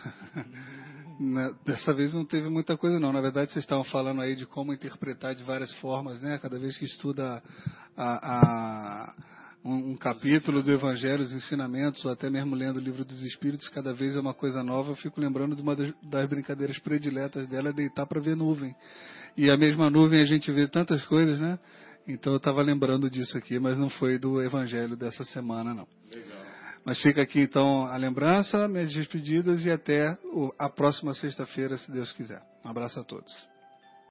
Dessa vez não teve muita coisa não. Na verdade, vocês estavam falando aí de como interpretar de várias formas, né? Cada vez que estuda a, a, um, um capítulo do Evangelho, os ensinamentos, ou até mesmo lendo o Livro dos Espíritos, cada vez é uma coisa nova. Eu fico lembrando de uma das, das brincadeiras prediletas dela, é deitar para ver nuvem. E a mesma nuvem a gente vê tantas coisas, né? Então eu estava lembrando disso aqui, mas não foi do Evangelho dessa semana, não. Legal. Mas fica aqui então a lembrança, minhas despedidas e até a próxima sexta-feira, se Deus quiser. Um abraço a todos.